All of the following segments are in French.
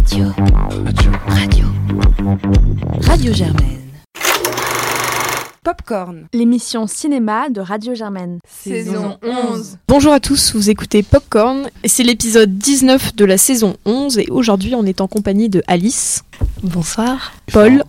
Radio Germaine. Popcorn, l'émission cinéma de Radio Germaine. saison 11. Bonjour à tous, vous écoutez Popcorn, c'est l'épisode 19 de la saison 11 et aujourd'hui on est en compagnie de Alice. Bonsoir. Paul.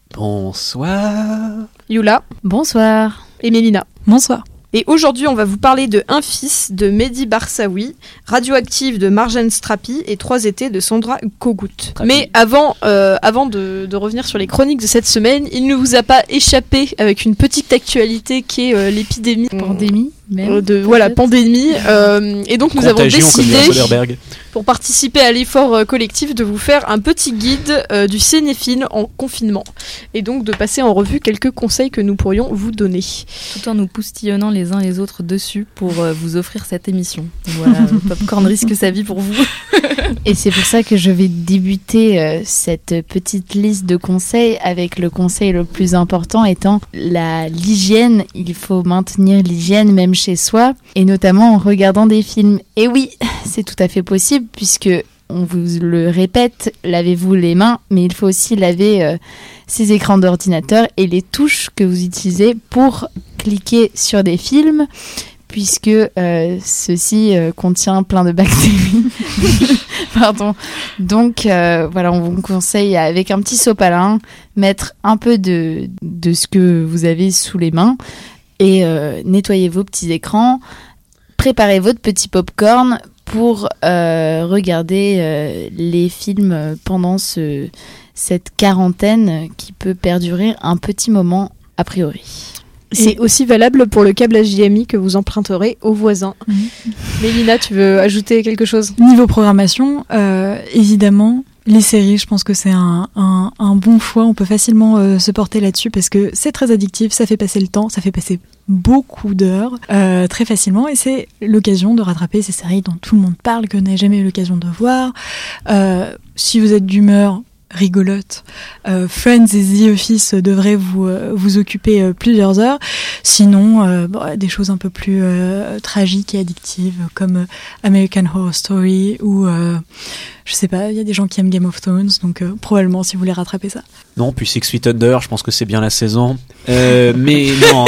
Bonsoir. Yula. Bonsoir. Et Mélina. Bonsoir. Et aujourd'hui on va vous parler de Un fils de Mehdi Barsaoui, Radioactive de Marjane Strapi et 3 étés de Sandra Kogut. Mais avant de revenir sur les chroniques de cette semaine, il ne vous a pas échappé avec une petite actualité qui est l'épidémie. Pandémie même, pandémie. Et donc nous avons Contagion, comme dirait décidé, Soderbergh. pour participer à l'effort collectif, de vous faire un petit guide du cinéphile en confinement. Et donc de passer en revue quelques conseils que nous pourrions vous donner. tout en nous poustillonnant les uns les autres dessus pour vous offrir cette émission. Voilà, Popcorn risque sa vie pour vous. Et c'est pour ça que je vais débuter cette petite liste de conseils avec le conseil le plus important étant l'hygiène. Il faut maintenir l'hygiène même chez soi et notamment en regardant des films. Et oui, c'est tout à fait possible puisque, on vous le répète, lavez-vous les mains, mais il faut aussi laver ces écrans d'ordinateur et les touches que vous utilisez pour cliquer sur des films, puisque ceci contient plein de bactéries. Pardon. Donc voilà, on vous conseille avec un petit sopalin, mettre un peu de ce que vous avez sous les mains et nettoyer vos petits écrans, préparez votre petit popcorn pour regarder les films pendant cette quarantaine qui peut perdurer un petit moment a priori. C'est aussi valable pour le câble HDMI que vous emprunterez aux voisins. Mélina, tu veux ajouter quelque chose ? Niveau programmation, évidemment, les séries, je pense que c'est un bon choix. On peut facilement se porter là-dessus parce que c'est très addictif, ça fait passer le temps, ça fait passer beaucoup d'heures très facilement et c'est l'occasion de rattraper ces séries dont tout le monde parle, que n'a jamais eu l'occasion de voir. Si vous êtes d'humeur rigolote, Friends et The Office devraient vous occuper plusieurs heures. Sinon, des choses un peu plus tragiques et addictives comme American Horror Story ou je sais pas, il y a des gens qui aiment Game of Thrones, donc probablement si vous voulez rattraper ça. Non, puis Six Feet Under, je pense que c'est bien la saison. Mais non.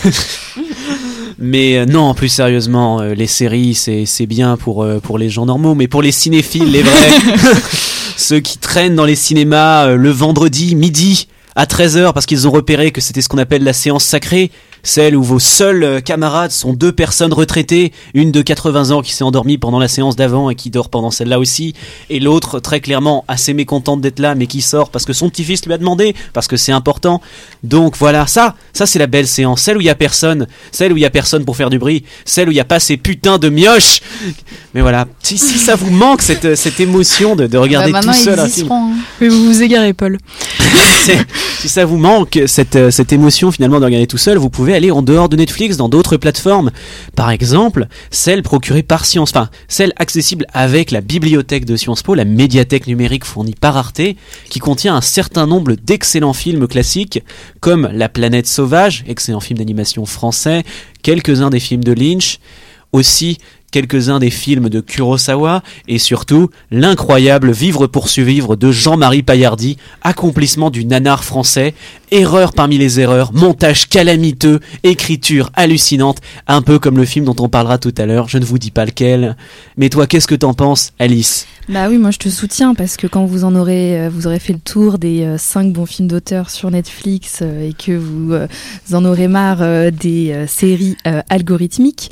Mais non, plus sérieusement, les séries, c'est bien pour les gens normaux, mais pour les cinéphiles, les vrais, ceux qui traînent dans les cinémas le vendredi midi à 13h parce qu'ils ont repéré que c'était ce qu'on appelle la séance sacrée, celle où vos seuls camarades sont 2 personnes retraitées, une de 80 ans qui s'est endormie pendant la séance d'avant et qui dort pendant celle-là aussi, et l'autre très clairement assez mécontente d'être là mais qui sort parce que son petit-fils lui a demandé, parce que c'est important. Donc voilà, ça c'est la belle séance, celle où il y a personne pour faire du bruit, celle où il y a pas ces putains de mioches. Mais voilà, si ça vous manque cette émotion de regarder tout seul un film. Mais vous vous égarez, Paul. Si ça vous manque cette émotion finalement de regarder tout seul, vous pouvez aller en dehors de Netflix dans d'autres plateformes. Par exemple, celle procurée par celle accessible avec la bibliothèque de Sciences Po, la médiathèque numérique fournie par Arte, qui contient un certain nombre d'excellents films classiques comme La Planète Sauvage, excellent film d'animation français, quelques-uns des films de Lynch, aussi quelques-uns des films de Kurosawa et surtout l'incroyable Vivre pour survivre de Jean-Marie Paillardy, accomplissement du nanar français, erreur parmi les erreurs, montage calamiteux, écriture hallucinante, un peu comme le film dont on parlera tout à l'heure, je ne vous dis pas lequel. Mais toi, qu'est-ce que t'en penses, Alice ? Bah oui, moi je te soutiens parce que quand vous aurez fait le tour des 5 bons films d'auteur sur Netflix et que vous en aurez marre des séries algorithmiques,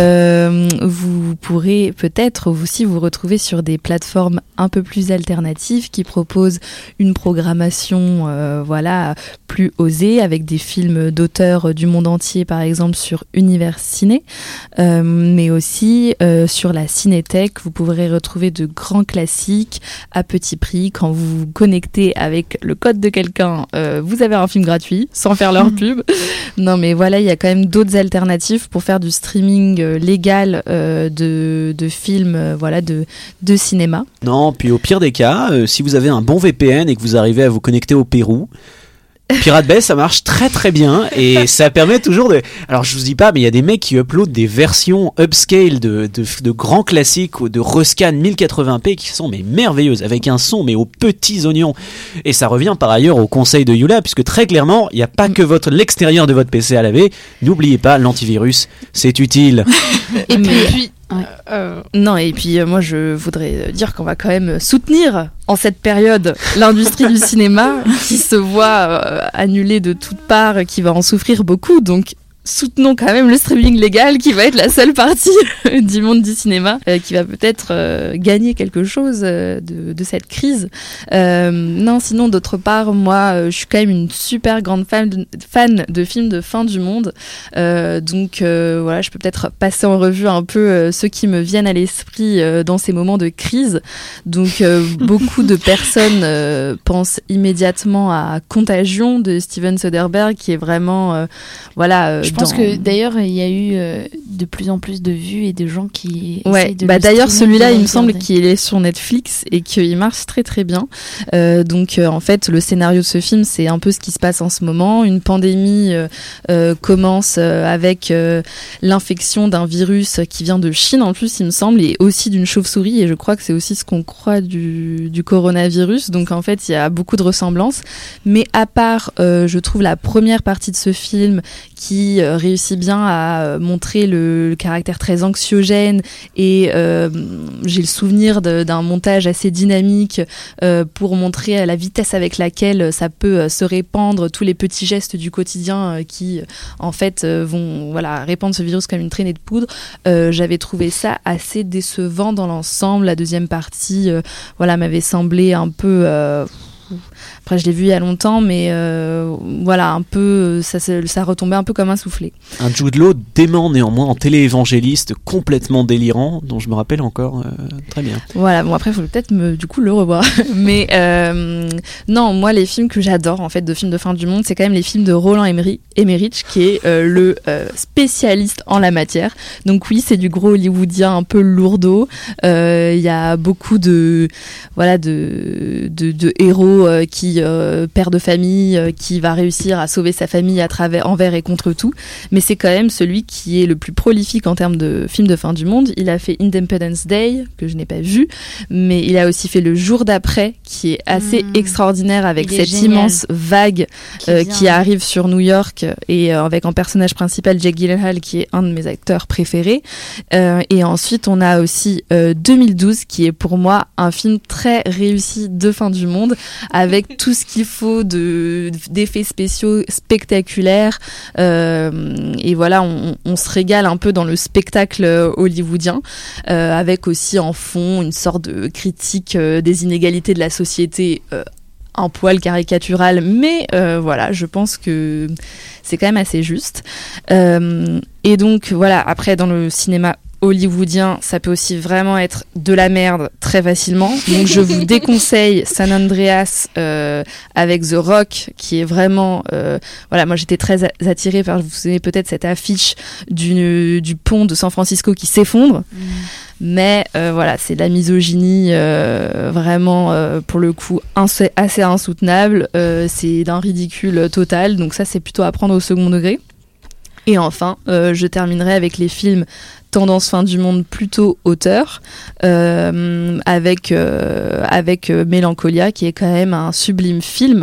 vous pourrez peut-être aussi vous retrouver sur des plateformes un peu plus alternatives qui proposent une programmation plus osée avec des films d'auteurs du monde entier, par exemple sur Univers Ciné, mais aussi sur la Cinétech, vous pourrez retrouver de grands classiques à petit prix. Quand vous vous connectez avec le code de quelqu'un, vous avez un film gratuit sans faire leur pub. Non mais voilà, il y a quand même d'autres alternatives pour faire du streaming légal de films de cinéma. Non, puis au pire des cas, si vous avez un bon VPN et que vous arrivez à vous connecter au Pérou, Pirate Bay, ça marche très très bien et ça permet toujours de... Alors je vous dis pas, mais il y a des mecs qui uploadent des versions upscale de grands classiques ou de rescan 1080p qui sont mais merveilleuses, avec un son mais aux petits oignons. Et ça revient par ailleurs au conseil de Yula, puisque très clairement, il n'y a pas que l'extérieur de votre PC à laver. N'oubliez pas, l'antivirus, c'est utile. Et puis Non, et puis moi je voudrais dire qu'on va quand même soutenir en cette période l'industrie du cinéma qui se voit annulée de toutes parts, qui va en souffrir beaucoup, donc soutenons quand même le streaming légal qui va être la seule partie du monde du cinéma qui va peut-être gagner quelque chose de cette crise. Non, sinon d'autre part, moi je suis quand même une super grande fan de films de fin du monde, donc voilà, je peux peut-être passer en revue un peu ceux qui me viennent à l'esprit dans ces moments de crise. Donc beaucoup de personnes pensent immédiatement à Contagion de Steven Soderbergh, qui est vraiment voilà. Je pense que d'ailleurs il y a eu de plus en plus de vues et de gens qui essayent de d'ailleurs celui-là il me semble regarder. qu'il est sur Netflix et qu'il marche très très bien. Donc en fait le scénario de ce film, c'est un peu ce qui se passe en ce moment. Une pandémie commence avec l'infection d'un virus qui vient de Chine en plus, il me semble, et aussi d'une chauve-souris, et je crois que c'est aussi ce qu'on croit du coronavirus. Donc en fait il y a beaucoup de ressemblances, mais à part je trouve la première partie de ce film qui réussit bien à montrer le caractère très anxiogène, et j'ai le souvenir d'un montage assez dynamique pour montrer la vitesse avec laquelle ça peut se répandre, tous les petits gestes du quotidien qui en fait vont répandre ce virus comme une traînée de poudre. J'avais trouvé ça assez décevant dans l'ensemble. La deuxième partie m'avait semblé un peu... Après, je l'ai vu il y a longtemps, mais un peu, ça retombait un peu comme un soufflé. Un Jude Law dément néanmoins en téléévangéliste complètement délirant, dont je me rappelle encore très bien. Voilà, bon après, il faut peut-être du coup le revoir. Mais non, moi, les films que j'adore, en fait, de films de fin du monde, c'est quand même les films de Roland Emmerich, qui est le spécialiste en la matière. Donc oui, c'est du gros hollywoodien un peu lourdeau. Il y a beaucoup de héros qui père de famille, qui va réussir à sauver sa famille envers et contre tout, mais c'est quand même celui qui est le plus prolifique en termes de films de fin du monde. Il a fait Independence Day, que je n'ai pas vu, mais il a aussi fait Le Jour d'après, qui est assez extraordinaire, avec cette immense vague qui arrive sur New York, et avec en personnage principal Jake Gyllenhaal, qui est un de mes acteurs préférés. Et ensuite on a aussi 2012, qui est pour moi un film très réussi de fin du monde, avec tout ce qu'il faut d'effets spéciaux spectaculaires, et voilà, on se régale un peu dans le spectacle hollywoodien, avec aussi en fond une sorte de critique des inégalités de la société, un poil caricatural, mais voilà, je pense que c'est quand même assez juste. Et donc voilà, après dans le cinéma hollywoodien, ça peut aussi vraiment être de la merde très facilement. Donc je vous déconseille San Andreas avec The Rock, qui est vraiment... moi j'étais très attirée par, vous savez peut-être, cette affiche du pont de San Francisco qui s'effondre. Mais c'est de la misogynie vraiment, pour le coup, assez insoutenable. C'est d'un ridicule total, donc ça c'est plutôt à prendre au second degré. Et enfin, je terminerai avec les films tendance fin du monde plutôt auteur, avec Mélancolia, qui est quand même un sublime film,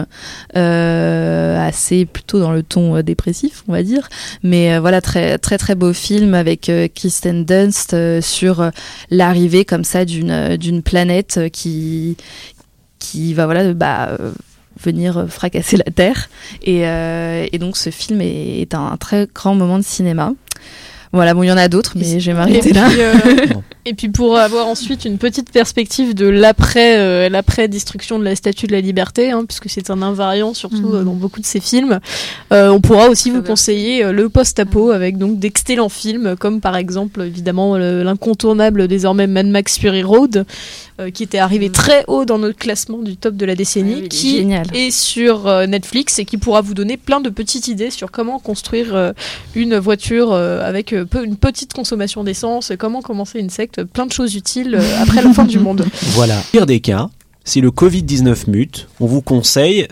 assez plutôt dans le ton dépressif, on va dire, mais très très très beau film avec Kirsten Dunst sur l'arrivée comme ça d'une planète qui va venir fracasser la Terre, et donc ce film est un très grand moment de cinéma. Voilà, bon, il y en a d'autres, mais je vais m'arrêter là. Et puis pour avoir ensuite une petite perspective de l'après-destruction de la Statue de la Liberté, puisque c'est un invariant surtout dans beaucoup de ces films, on pourra aussi vous conseiller le post-apo, avec donc d'excellents films, comme par exemple évidemment l'incontournable désormais Mad Max Fury Road, qui était arrivé très haut dans notre classement du top de la décennie, qui est sur Netflix, et qui pourra vous donner plein de petites idées sur comment construire une voiture avec une petite consommation d'essence, comment commencer une secte, plein de choses utiles après la fin du monde. Voilà. Pire des cas, si le Covid-19 mute, on vous conseille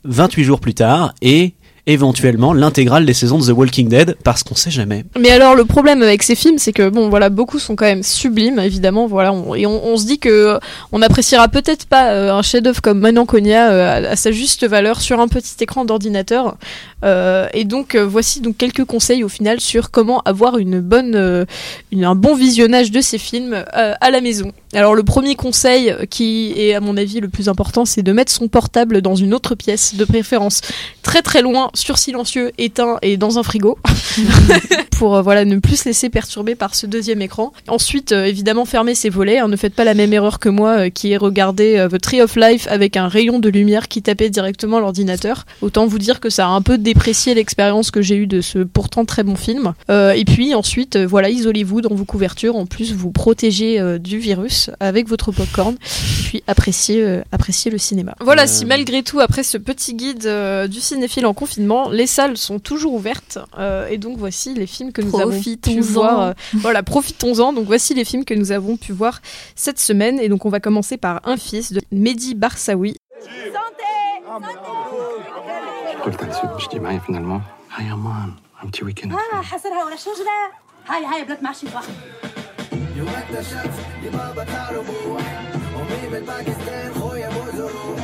28 jours plus tard et éventuellement l'intégrale des saisons de The Walking Dead, parce qu'on sait jamais. Mais alors le problème avec ces films, c'est que bon voilà, beaucoup sont quand même sublimes évidemment, voilà, on se dit que on n'appréciera peut-être pas un chef-d'œuvre comme Manon-Konia à sa juste valeur sur un petit écran d'ordinateur. Et donc voici donc quelques conseils au final sur comment avoir un bon visionnage de ces films à la maison. Alors le premier conseil, qui est à mon avis le plus important, c'est de mettre son portable dans une autre pièce, de préférence très très loin, sur silencieux, éteint et dans un frigo, pour ne plus se laisser perturber par ce deuxième écran. Ensuite, évidemment, fermez ses volets, ne faites pas la même erreur que moi qui ai regardé The Tree of Life avec un rayon de lumière qui tapait directement l'ordinateur. Autant vous dire que ça a un peu déprécié l'expérience que j'ai eue de ce pourtant très bon film. Et puis ensuite, isolez-vous dans vos couvertures, en plus vous protégez du virus avec votre popcorn, et puis appréciez le cinéma. Voilà, si malgré tout, après ce petit guide du cinéphile en confinement, les salles sont toujours ouvertes, et donc voici les films que nous avons pu voir. Profitons-en. Donc voici les films que nous avons pu voir cette semaine, et donc on va commencer par Un fils de Mehdi Barsaoui. قلت هنسيب مش معايا finalement. هيا مان عمتي ويكند. حسرها ولا شجرة. هاي بلاد معشي واحد. يوم اكتشف لبابا تعرفوا أمي من باكستان خويا بوزرو.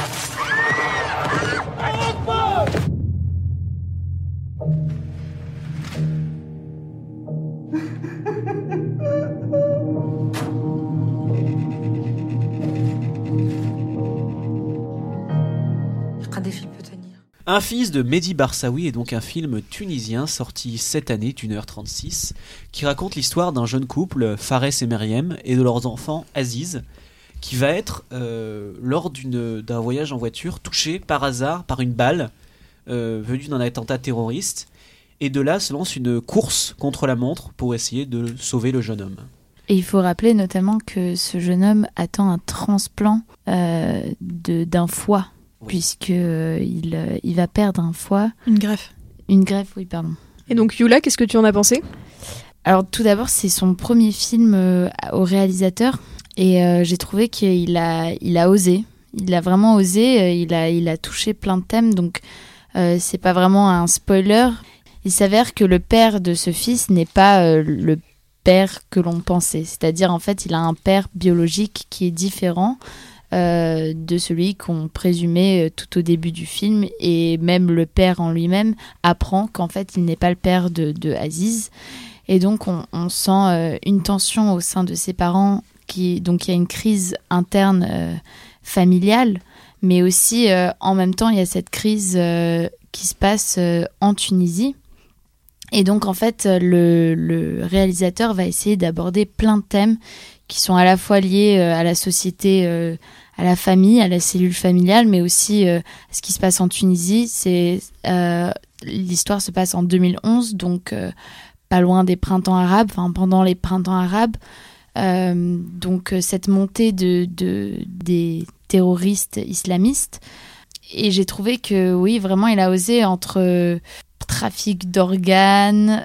Un fils de Mehdi Barsaoui est donc un film tunisien sorti cette année d'1h36 qui raconte l'histoire d'un jeune couple, Fares et Meriem, et de leurs enfants Aziz, qui va être, lors d'un voyage en voiture, touché par hasard par une balle venue d'un attentat terroriste, et de là se lance une course contre la montre pour essayer de sauver le jeune homme. Et il faut rappeler notamment que ce jeune homme attend un transplant d'un foie. Oui. Puisqu'il va perdre un foie. Une greffe. Une greffe, oui, pardon. Et donc Yula, qu'est-ce que tu en as pensé ? Alors tout d'abord, c'est son premier film au réalisateur, et j'ai trouvé qu'il a osé. Il a vraiment osé, il a touché plein de thèmes, donc c'est pas vraiment un spoiler. Il s'avère que le père de ce fils n'est pas le père que l'on pensait. C'est-à-dire, en fait, il a un père biologique qui est différent de celui qu'on présumait tout au début du film, et même le père en lui-même apprend qu'en fait il n'est pas le père de Aziz, et donc on sent une tension au sein de ses parents, donc il y a une crise interne familiale, mais aussi en même temps il y a cette crise qui se passe en Tunisie, et donc en fait le réalisateur va essayer d'aborder plein de thèmes qui sont à la fois liés à la société, à la famille, à la cellule familiale, mais aussi à ce qui se passe en Tunisie. L'histoire se passe en 2011, donc pas loin des printemps arabes, enfin pendant les printemps arabes. Donc cette montée des terroristes islamistes. Et j'ai trouvé que oui, vraiment, il a osé entre trafic d'organes,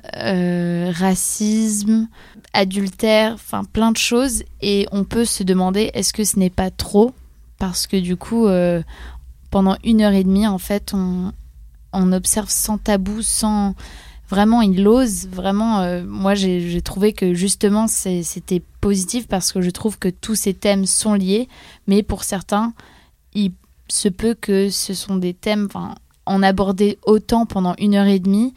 racisme, adultère, enfin plein de choses, et on peut se demander est-ce que ce n'est pas trop, parce que du coup pendant 1h30 en fait on observe sans tabou, sans vraiment, il ose vraiment. Moi j'ai trouvé que justement c'était positif, parce que je trouve que tous ces thèmes sont liés, mais pour certains il se peut que ce sont des thèmes, en aborder autant pendant 1h30,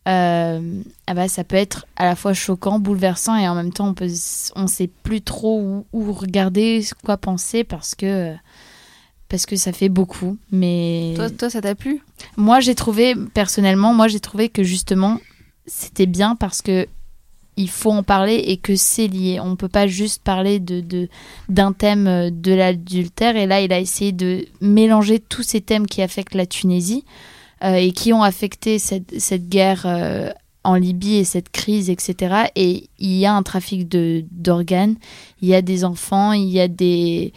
ça peut être à la fois choquant, bouleversant, et en même temps on sait plus trop où regarder, quoi penser, parce que ça fait beaucoup. Mais toi ça t'a plu ? Moi j'ai trouvé que justement c'était bien, parce que il faut en parler et que c'est lié. On peut pas juste parler d'un thème de l'adultère, et là il a essayé de mélanger tous ces thèmes qui affectent la Tunisie et qui ont affecté cette guerre en Libye et cette crise, etc. Et il y a un trafic d'organes, il y a des enfants, il y a des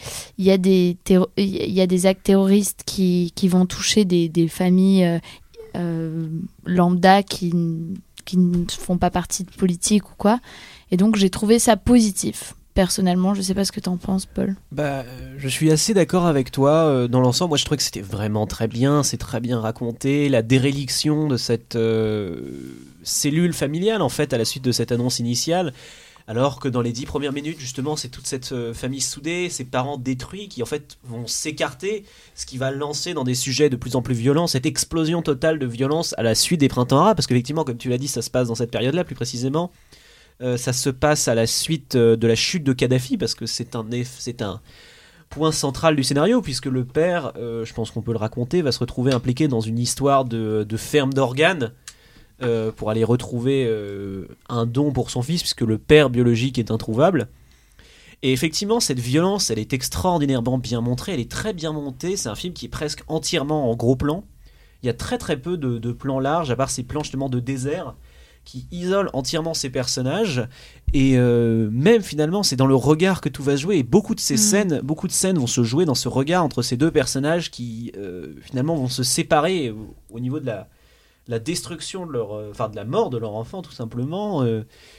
actes terroristes qui vont toucher des familles lambda qui ne font pas partie de politique ou quoi. Et donc j'ai trouvé ça positif. personnellement. Je sais pas ce que t'en penses, Paul. Je suis assez d'accord avec toi dans l'ensemble. Moi, je trouvais que c'était vraiment très bien, c'est très bien raconté. La déréliction de cette cellule familiale, en fait, à la suite de cette annonce initiale. Alors que dans les 10 premières minutes, justement, c'est toute cette famille soudée, ses parents détruits, qui en fait vont s'écarter, ce qui va lancer dans des sujets de plus en plus violents, cette explosion totale de violence à la suite des printemps arabes, parce qu'effectivement, comme tu l'as dit, ça se passe dans cette période-là, plus précisément. Ça se passe à la suite de la chute de Kadhafi, parce que c'est un point central du scénario, puisque le père, je pense qu'on peut le raconter, va se retrouver impliqué dans une histoire de ferme d'organes, pour aller retrouver un don pour son fils, puisque le père biologique est introuvable. Et effectivement, cette violence, elle est extraordinairement bien montrée, elle est très bien montée. C'est un film qui est presque entièrement en gros plan. Il y a très très peu de plans larges, à part ces plans justement de désert qui isolent entièrement ces personnages. Et même finalement, c'est dans le regard que tout va se jouer. Et beaucoup de scènes vont se jouer dans ce regard entre ces deux personnages qui finalement vont se séparer au niveau de la destruction de de la mort de leur enfant, tout simplement.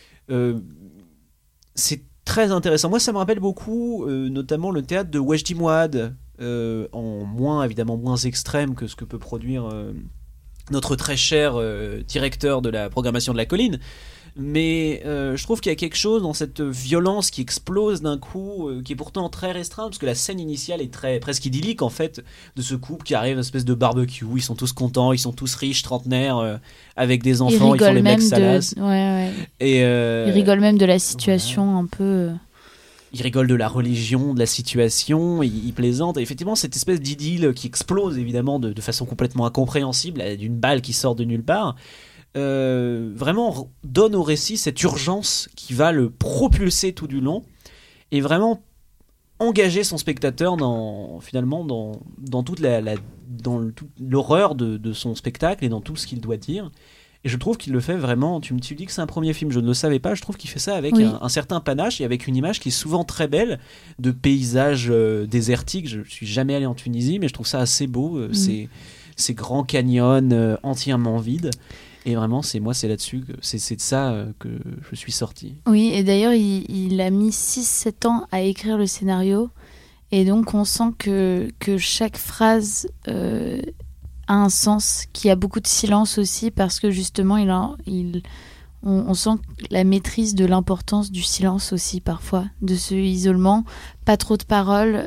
C'est très intéressant. Moi, ça me rappelle beaucoup, notamment le théâtre de Wajdi Mouawad, évidemment moins extrême que ce que peut produire notre très cher directeur de la programmation de la colline. Mais je trouve qu'il y a quelque chose dans cette violence qui explose d'un coup, qui est pourtant très restreinte, parce que la scène initiale est presque idyllique, en fait, de ce couple qui arrive à une espèce de barbecue. Ils sont tous contents, ils sont tous riches, trentenaires, avec des enfants, ils font les mecs salaces. Et ils rigolent même de la situation un peu... Ils rigolent de la religion, de la situation, ils plaisantent. Et effectivement, cette espèce d'idylle qui explose, évidemment, de façon complètement incompréhensible, d'une balle qui sort de nulle part, vraiment donne au récit cette urgence qui va le propulser tout du long et vraiment engager son spectateur dans toute toute l'horreur de son spectacle et dans tout ce qu'il doit dire. Et je trouve qu'il le fait vraiment. Tu dis que c'est un premier film, je ne le savais pas. Je trouve qu'il fait ça avec un certain panache et avec une image qui est souvent très belle, de paysages désertiques. Je suis jamais allé en Tunisie, mais je trouve ça assez beau. Ces grands canyons entièrement vides. Et vraiment, c'est là-dessus, c'est de ça que je suis sorti. Oui, et d'ailleurs, il a mis 6-7 ans à écrire le scénario. Et donc, on sent que chaque phrase a un sens, qu'il y a beaucoup de silence aussi, parce que justement, on sent la maîtrise de l'importance du silence aussi, parfois, de ce isolement. Pas trop de paroles,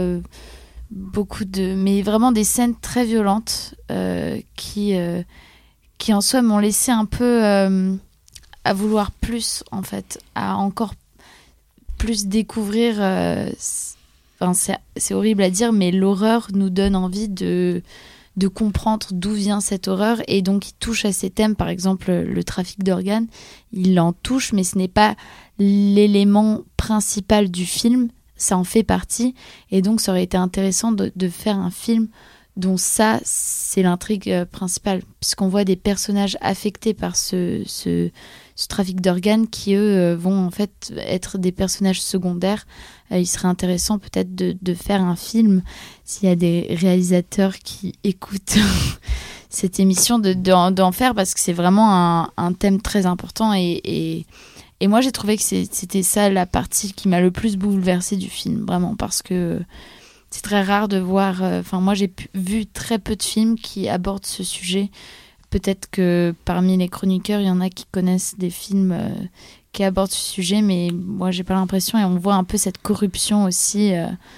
mais vraiment des scènes très violentes qui en soi m'ont laissé un peu à vouloir plus, en fait, à encore plus découvrir. C'est horrible à dire, mais l'horreur nous donne envie de comprendre d'où vient cette horreur, et donc il touche à ces thèmes. Par exemple, le trafic d'organes, il en touche, mais ce n'est pas l'élément principal du film, ça en fait partie, et donc ça aurait été intéressant de faire un film dont ça, c'est l'intrigue principale, puisqu'on voit des personnages affectés par ce trafic d'organes qui, eux, vont en fait être des personnages secondaires. Il serait intéressant peut-être de faire un film, s'il y a des réalisateurs qui écoutent cette émission, d'en faire, parce que c'est vraiment un thème très important. Et moi, j'ai trouvé que c'était ça la partie qui m'a le plus bouleversée du film, vraiment, parce que c'est très rare de voir... moi, j'ai vu très peu de films qui abordent ce sujet. Peut-être que parmi les chroniqueurs, il y en a qui connaissent des films qui abordent ce sujet, mais moi, j'ai pas l'impression. Et on voit un peu cette corruption aussi.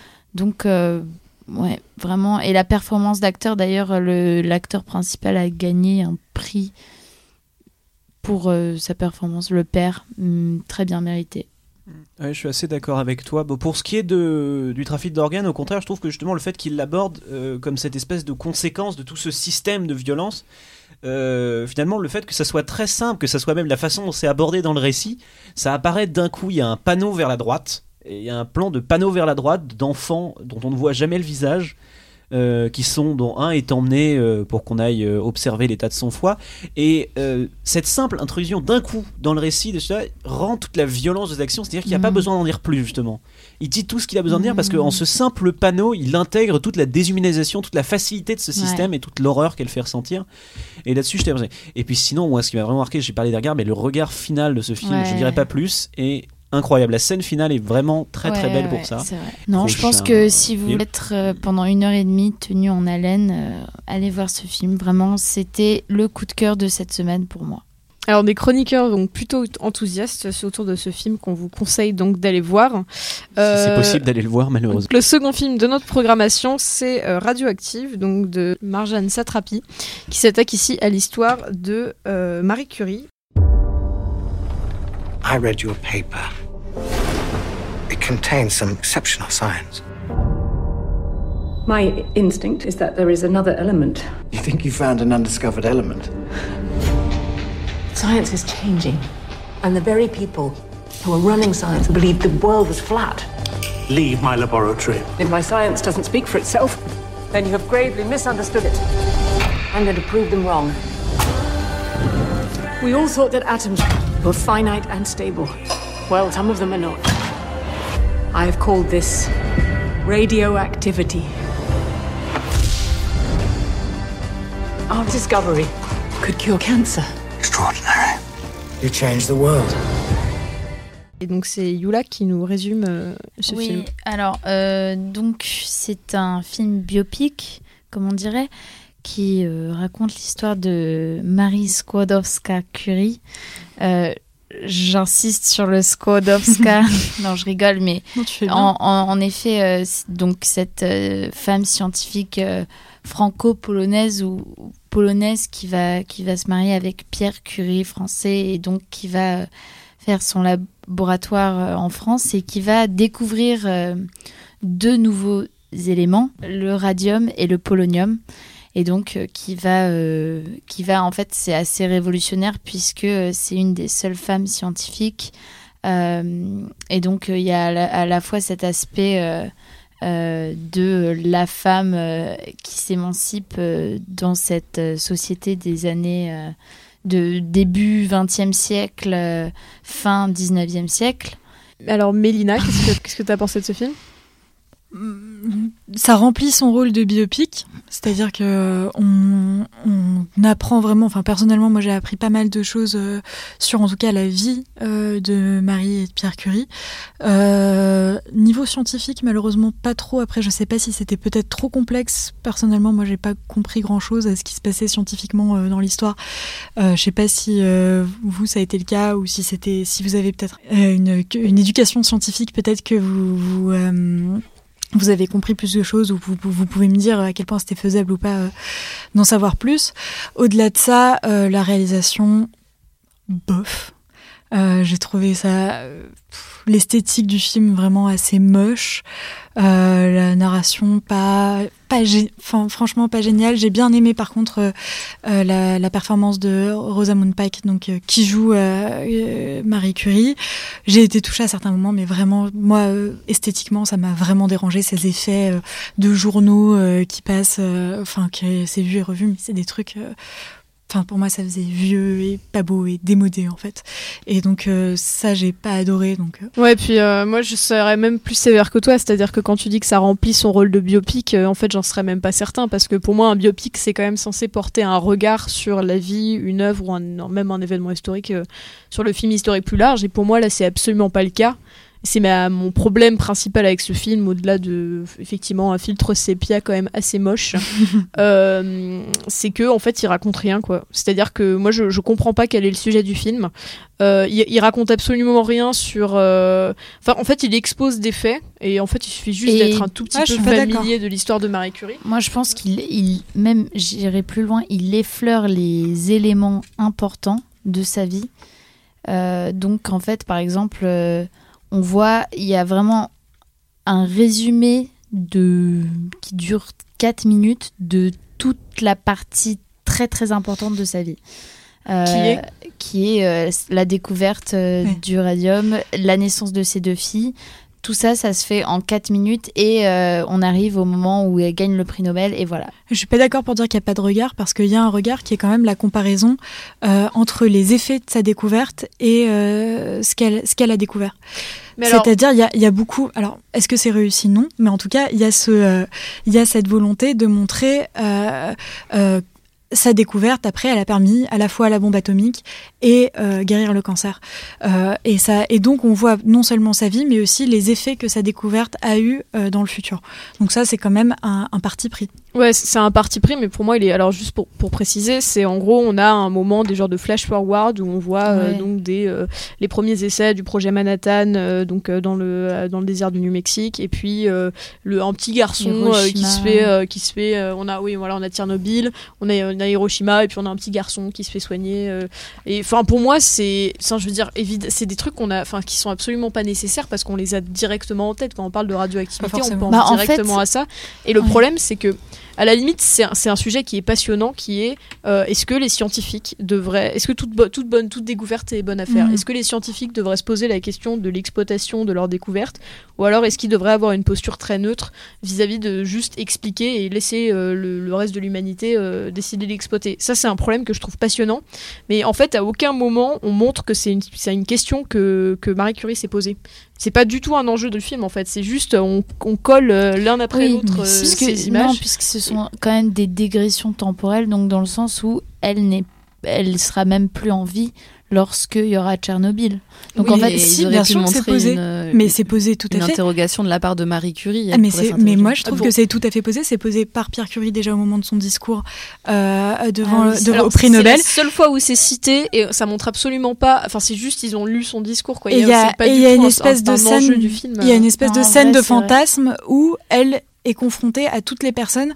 Ouais, vraiment. Et la performance d'acteur, d'ailleurs, l'acteur principal a gagné un prix pour sa performance, le père, très bien mérité. Ouais, je suis assez d'accord avec toi. Bon, pour ce qui est du trafic d'organes, au contraire, je trouve que justement le fait qu'il l'aborde comme cette espèce de conséquence de tout ce système de violence, finalement le fait que ça soit très simple, que ça soit même la façon dont c'est abordé dans le récit, ça apparaît d'un coup. Il y a un panneau vers la droite, et il y a un plan de panneau vers la droite d'enfants dont on ne voit jamais le visage, dont un est emmené pour qu'on aille observer l'état de son foie, et cette simple intrusion d'un coup dans le récit de cela rend toute la violence des actions, c'est-à-dire qu'il n'y a pas besoin d'en dire plus, justement. Il dit tout ce qu'il a besoin de dire, parce qu'en ce simple panneau, il intègre toute la déshumanisation, toute la facilité de ce système, et toute l'horreur qu'elle fait ressentir. Et là-dessus, et puis sinon, moi, ce qui m'a vraiment marqué, j'ai parlé des regards, mais le regard final de ce film, je dirais pas plus, et incroyable. La scène finale est vraiment très très belle pour ça. C'est vrai. Non, je pense que si vous voulez être pendant 1h30 tenu en haleine, allez voir ce film. Vraiment, c'était le coup de cœur de cette semaine pour moi. Alors des chroniqueurs donc plutôt enthousiastes, c'est autour de ce film qu'on vous conseille donc d'aller voir. Si c'est possible d'aller le voir, malheureusement. Le second film de notre programmation, c'est Radioactive, donc de Marjane Satrapi, qui s'attaque ici à l'histoire de Marie Curie. I read your paper. It contains some exceptional science. My instinct is that there is another element. You think you found an undiscovered element? Science is changing, and the very people who are running science believe the world is flat. Leave my laboratory. If my science doesn't speak for itself, then you have gravely misunderstood it. I'm going to prove them wrong. We all thought that atoms were finite and stable. Well, some of them are not. I have called this radioactivity. Our discovery could cure cancer. Extraordinary. You changed the world. Et donc c'est Yula qui nous résume ce film. Oui, alors donc c'est un film biopic, comme on dirait, qui raconte l'histoire de Marie Skłodowska-Curie. J'insiste sur le Skłodowska. Non, je rigole, mais en effet, donc cette femme scientifique franco-polonaise ou polonaise qui va se marier avec Pierre Curie, français, et donc qui va faire son laboratoire en France et qui va découvrir deux nouveaux éléments, le radium et le polonium. Et donc qui va en fait, c'est assez révolutionnaire puisque c'est une des seules femmes scientifiques et donc il y a à la fois cet aspect de la femme qui s'émancipe dans cette société des années de début 20e siècle, fin 19e siècle. Alors Mélina, qu'est-ce que tu as pensé de ce film ? Ça remplit son rôle de biopic, c'est-à-dire que on apprend vraiment, enfin personnellement moi j'ai appris pas mal de choses sur en tout cas la vie de Marie et de Pierre Curie. Niveau scientifique malheureusement pas trop, après je sais pas si c'était peut-être trop complexe, personnellement moi j'ai pas compris grand-chose à ce qui se passait scientifiquement dans l'histoire. Je sais pas si vous ça a été le cas ou si vous avez peut-être une éducation scientifique, peut-être que vous avez compris plus de choses ou vous pouvez me dire à quel point c'était faisable ou pas d'en savoir plus. Au-delà de ça, la réalisation, bof. J'ai trouvé ça... l'esthétique du film vraiment assez moche. La narration franchement pas géniale. J'ai bien aimé par contre la performance de Rosamund Pike, donc qui joue Marie Curie. J'ai été touchée à certains moments, mais vraiment moi esthétiquement ça m'a vraiment dérangé, ces effets de journaux qui passent, que c'est vu et revu, mais c'est des trucs. Pour moi, ça faisait vieux et pas beau et démodé, en fait. Et donc, ça, j'ai pas adoré. Donc, Ouais, puis moi, je serais même plus sévère que toi. C'est-à-dire que quand tu dis que ça remplit son rôle de biopic, en fait, j'en serais même pas certain. Parce que pour moi, un biopic, c'est quand même censé porter un regard sur la vie, une œuvre ou même un événement historique, sur le film historique plus large. Et pour moi, là, c'est absolument pas le cas. C'est mon problème principal avec ce film, au-delà de effectivement un filtre sépia quand même assez moche, c'est que en fait il raconte rien quoi. C'est-à-dire que moi je comprends pas quel est le sujet du film. Il raconte absolument rien sur. En fait il expose des faits et en fait il suffit juste d'être un tout petit peu familier de l'histoire de Marie Curie. Moi je pense qu'il même j'irai plus loin, il effleure les éléments importants de sa vie. Donc en fait par exemple. On voit, il y a vraiment un résumé qui dure 4 minutes de toute la partie très très importante de sa vie. Qui est la découverte du radium, la naissance de ses 2 filles. Tout ça, ça se fait en 4 minutes et on arrive au moment où elle gagne le prix Nobel et voilà. Je suis pas d'accord pour dire qu'il n'y a pas de regard, parce qu'il y a un regard qui est quand même la comparaison entre les effets de sa découverte et ce qu'elle a découvert. C'est-à-dire, il y a beaucoup... Alors, est-ce que c'est réussi ? Non. Mais en tout cas, il y a cette volonté de montrer sa découverte, après, elle a permis à la fois la bombe atomique et guérir le cancer. Et donc, on voit non seulement sa vie, mais aussi les effets que sa découverte a eu dans le futur. Donc ça, c'est quand même un parti pris. Ouais, c'est un parti pris, mais pour moi, il est. Alors, juste pour préciser, c'est en gros, on a un moment des genres de flash forward où on voit donc les premiers essais du projet Manhattan, dans le désert du New Mexique, et puis un petit garçon qui se fait. On a Tchernobyl, on a Hiroshima, et puis on a un petit garçon qui se fait soigner. Et enfin, pour moi, c'est des trucs qui sont absolument pas nécessaires parce qu'on les a directement en tête quand on parle de radioactivité, on pense directement à ça. Et le problème, c'est que à la limite, c'est un sujet qui est passionnant, qui est est-ce que les scientifiques devraient, est-ce que toute découverte est bonne à faire, est-ce que les scientifiques devraient se poser la question de l'exploitation de leur découverte, ou alors est-ce qu'ils devraient avoir une posture très neutre vis-à-vis de juste expliquer et laisser le reste de l'humanité décider d'exploiter. Ça, c'est un problème que je trouve passionnant, mais en fait, à aucun moment on montre que c'est une question que Marie Curie s'est posée. C'est pas du tout un enjeu de film en fait, c'est juste on colle l'un après l'autre ces images. Non, puisque ce sont quand même des dégressions temporelles, donc dans le sens où elle sera même plus en vie lorsqu'il y aura Tchernobyl. Donc en fait, si bien sûr que c'est posé, mais c'est posé tout à fait. Une interrogation de la part de Marie Curie. Mais moi je trouve que c'est tout à fait posé. C'est posé par Pierre Curie déjà au moment de son discours devant au prix Nobel. C'est la seule fois où c'est cité et ça montre absolument pas. Enfin, c'est juste ils ont lu son discours quoi. Il y a une espèce de scène du film. Il y a une espèce de scène de fantasme où elle est confrontée à toutes les personnes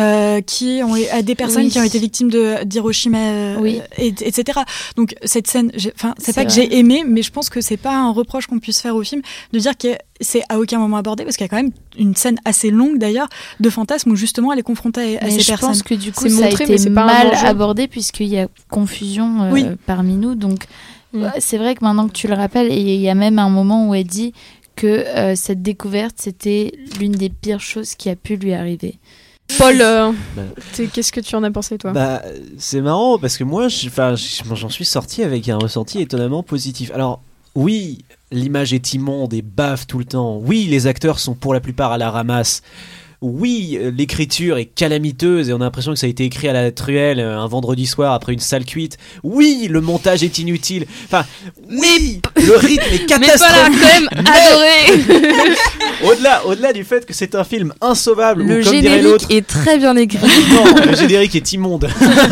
qui ont été victimes d'Hiroshima, etc. Donc cette scène, c'est pas que j'ai aimé, mais je pense que c'est pas un reproche qu'on puisse faire au film de dire que c'est à aucun moment abordé, parce qu'il y a quand même une scène assez longue d'ailleurs de fantasme où justement elle est confrontée à ces personnes. Je pense que du coup ça a été mal abordé puisqu'il y a confusion parmi nous. Donc c'est vrai que maintenant que tu le rappelles, et il y a même un moment où elle dit que cette découverte, c'était l'une des pires choses qui a pu lui arriver. Paul, qu'est-ce que tu en as pensé, toi ? C'est marrant, parce que moi, j'en suis sorti avec un ressenti étonnamment positif. Alors, oui, l'image est immonde et bave tout le temps. Oui, les acteurs sont pour la plupart à la ramasse. Oui, l'écriture est calamiteuse et on a l'impression que ça a été écrit à la truelle un vendredi soir après une sale cuite. Oui, le montage est inutile. Enfin, oui, le rythme est catastrophique. Mais quand même adoré. Au-delà du fait que c'est un film insauvable, le ou comme dirait l'autre, est très bien écrit. Non, le générique est immonde.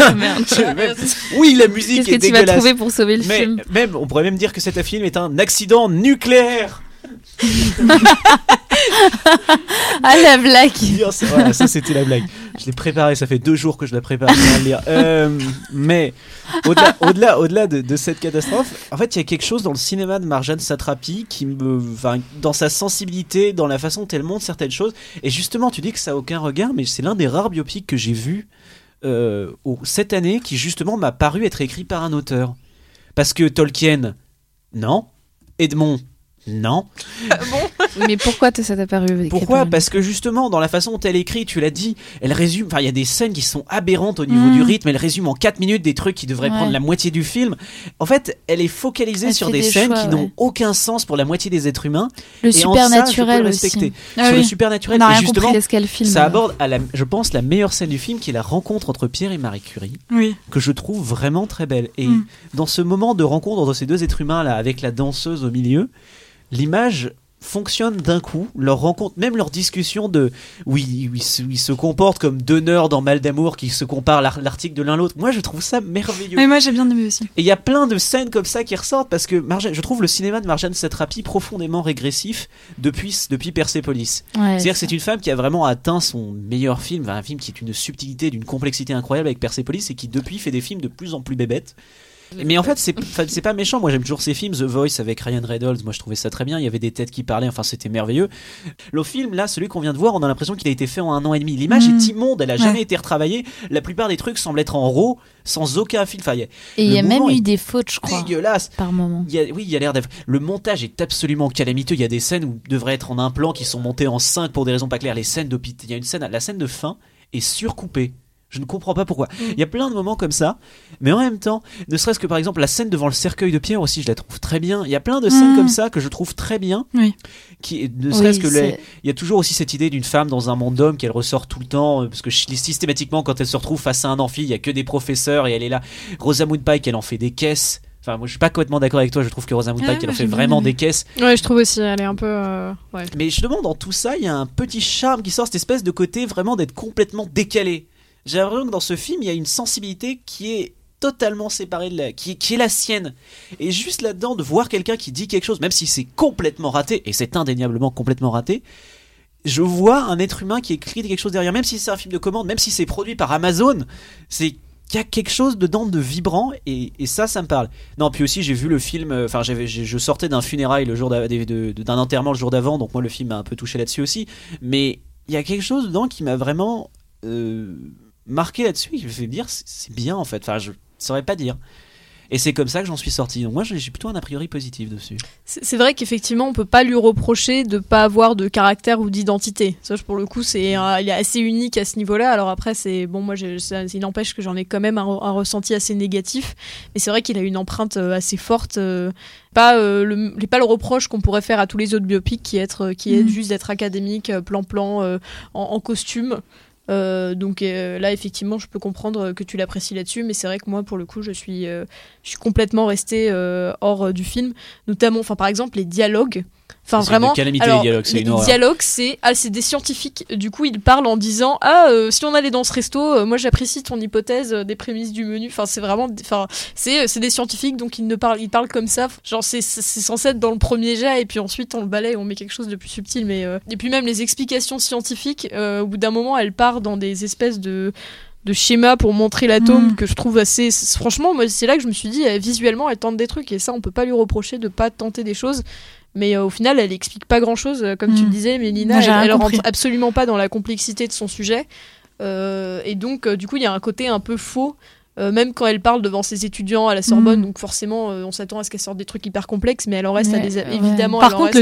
Oui, la musique est dégueulasse. Qu'est-ce que tu vas trouver pour sauver le film ? On pourrait même dire que cet film est un accident nucléaire. Ah, la blague. Voilà, ça c'était la blague. Je l'ai préparé, ça fait 2 jours que je la prépare sans le lire. Mais au-delà de cette catastrophe, en fait il y a quelque chose dans le cinéma de Marjane Satrapi dans sa sensibilité, dans la façon dont elle montre certaines choses. Et justement, tu dis que ça n'a aucun regard, mais c'est l'un des rares biopics que j'ai vu cette année qui justement m'a paru être écrit par un auteur. Parce que Tolkien, non. Edmond, non. Mais pourquoi ça t'a paru ? Pourquoi ? Parce que justement, dans la façon dont elle écrit, tu l'as dit, elle résume. Enfin, il y a des scènes qui sont aberrantes au niveau du rythme. Elle résume en 4 minutes des trucs qui devraient prendre la moitié du film. En fait, elle est focalisée sur des scènes qui n'ont aucun sens pour la moitié des êtres humains. Le supernaturel aussi. Sur le supernaturel, on a et rien justement, compris. Qu'elle filme, ça aborde, je pense, la meilleure scène du film, qui est la rencontre entre Pierre et Marie Curie, que je trouve vraiment très belle. Et dans ce moment de rencontre entre ces deux êtres humains là, avec la danseuse au milieu, l'image fonctionne d'un coup, leur rencontre, même leur discussion de ils se comportent comme 2 nerds dans Mal d'amour qui se comparent l'article de l'un l'autre. Moi je trouve ça merveilleux. Mais moi j'ai bien aimé aussi. Et il y a plein de scènes comme ça qui ressortent parce que je trouve le cinéma de Marjane Satrapi profondément régressif depuis Persepolis. C'est-à-dire que c'est une femme qui a vraiment atteint son meilleur film, un film qui est une subtilité, d'une complexité incroyable avec Persepolis, et qui depuis fait des films de plus en plus bébêtes. Mais en fait c'est pas méchant. Moi j'aime toujours ces films. The Voice avec Ryan Reynolds, moi je trouvais ça très bien. Il y avait des têtes qui parlaient, enfin c'était merveilleux. Le film là, celui qu'on vient de voir, on a l'impression qu'il a été fait en 1 an et demi. L'image est immonde, elle a jamais été retravaillée. La plupart des trucs semblent être en RAW, sans aucun fil. Enfin, et il y a même eu des fautes, je crois, dégueulasse par moment. Il y a l'air d'avoir... Le montage est absolument calamiteux. Il y a des scènes où devraient être en un plan qui sont montées en 5 pour des raisons pas claires. Les scènes d'hôpital, il y a une scène, la scène de fin est surcoupée. Je ne comprends pas pourquoi. Il y a plein de moments comme ça, mais en même temps, ne serait-ce que par exemple la scène devant le cercueil de pierre aussi, je la trouve très bien. Il y a plein de scènes comme ça que je trouve très bien. Qui, ne serait-ce que il y a toujours aussi cette idée d'une femme dans un monde d'hommes qu'elle ressort tout le temps, parce que systématiquement quand elle se retrouve face à un amphi, il y a que des professeurs et elle est là. Rosamund Pike, elle en fait des caisses. Enfin, moi je suis pas complètement d'accord avec toi, je trouve que Rosamund Pike elle en fait vraiment des caisses. Ouais, je trouve aussi, elle est un peu. Ouais. Mais justement, dans tout ça, il y a un petit charme qui sort, cette espèce de côté vraiment d'être complètement décalé. J'ai l'impression que dans ce film, il y a une sensibilité qui est totalement séparée de qui est la sienne. Et juste là-dedans, de voir quelqu'un qui dit quelque chose, même si c'est complètement raté, et c'est indéniablement complètement raté, je vois un être humain qui écrit quelque chose derrière, même si c'est un film de commande, même si c'est produit par Amazon, il y a quelque chose dedans de vibrant, et ça me parle. Non, puis aussi j'ai vu le film, enfin je sortais d'un funérail le jour d'un enterrement le jour d'avant, donc moi le film m'a un peu touché là-dessus aussi, mais il y a quelque chose dedans qui m'a vraiment marqué là-dessus, qui me fait dire c'est bien en fait, enfin je saurais pas dire. Et c'est comme ça que j'en suis sorti. Donc moi j'ai plutôt un a priori positif dessus. C'est vrai qu'effectivement on peut pas lui reprocher de pas avoir de caractère ou d'identité. Ça pour le coup il est assez unique à ce niveau-là. Alors après c'est bon, moi il n'empêche que j'en ai quand même un ressenti assez négatif. Mais c'est vrai qu'il a une empreinte assez forte. Pas le reproche qu'on pourrait faire à tous les autres biopics qui est juste d'être académique, plan en costume. Donc là effectivement je peux comprendre que tu l'apprécies là-dessus, mais c'est vrai que moi pour le coup je suis complètement restée hors du film, notamment par exemple les dialogues. Enfin vraiment, les dialogues, c'est une horreur. Les dialogues, c'est des scientifiques. Du coup, ils parlent en disant si on allait dans ce resto, moi j'apprécie ton hypothèse des prémices du menu. Enfin, c'est vraiment, c'est des scientifiques, donc ils parlent comme ça. Genre c'est censé être dans le premier jet, et puis ensuite on le balaye, on met quelque chose de plus subtil. Mais et puis même les explications scientifiques, au bout d'un moment, elles partent dans des espèces de schéma pour montrer l'atome que je trouve assez... Franchement, moi, c'est là que je me suis dit, visuellement, elle tente des trucs, et ça, on peut pas lui reprocher de pas tenter des choses. Mais au final, elle explique pas grand-chose, comme tu le disais, Mélina. Elle rentre absolument pas dans la complexité de son sujet. Et donc, du coup, il y a un côté un peu faux, même quand elle parle devant ses étudiants à la Sorbonne. Donc forcément, on s'attend à ce qu'elle sorte des trucs hyper complexes, mais elle en reste à des... Évidemment, par contre,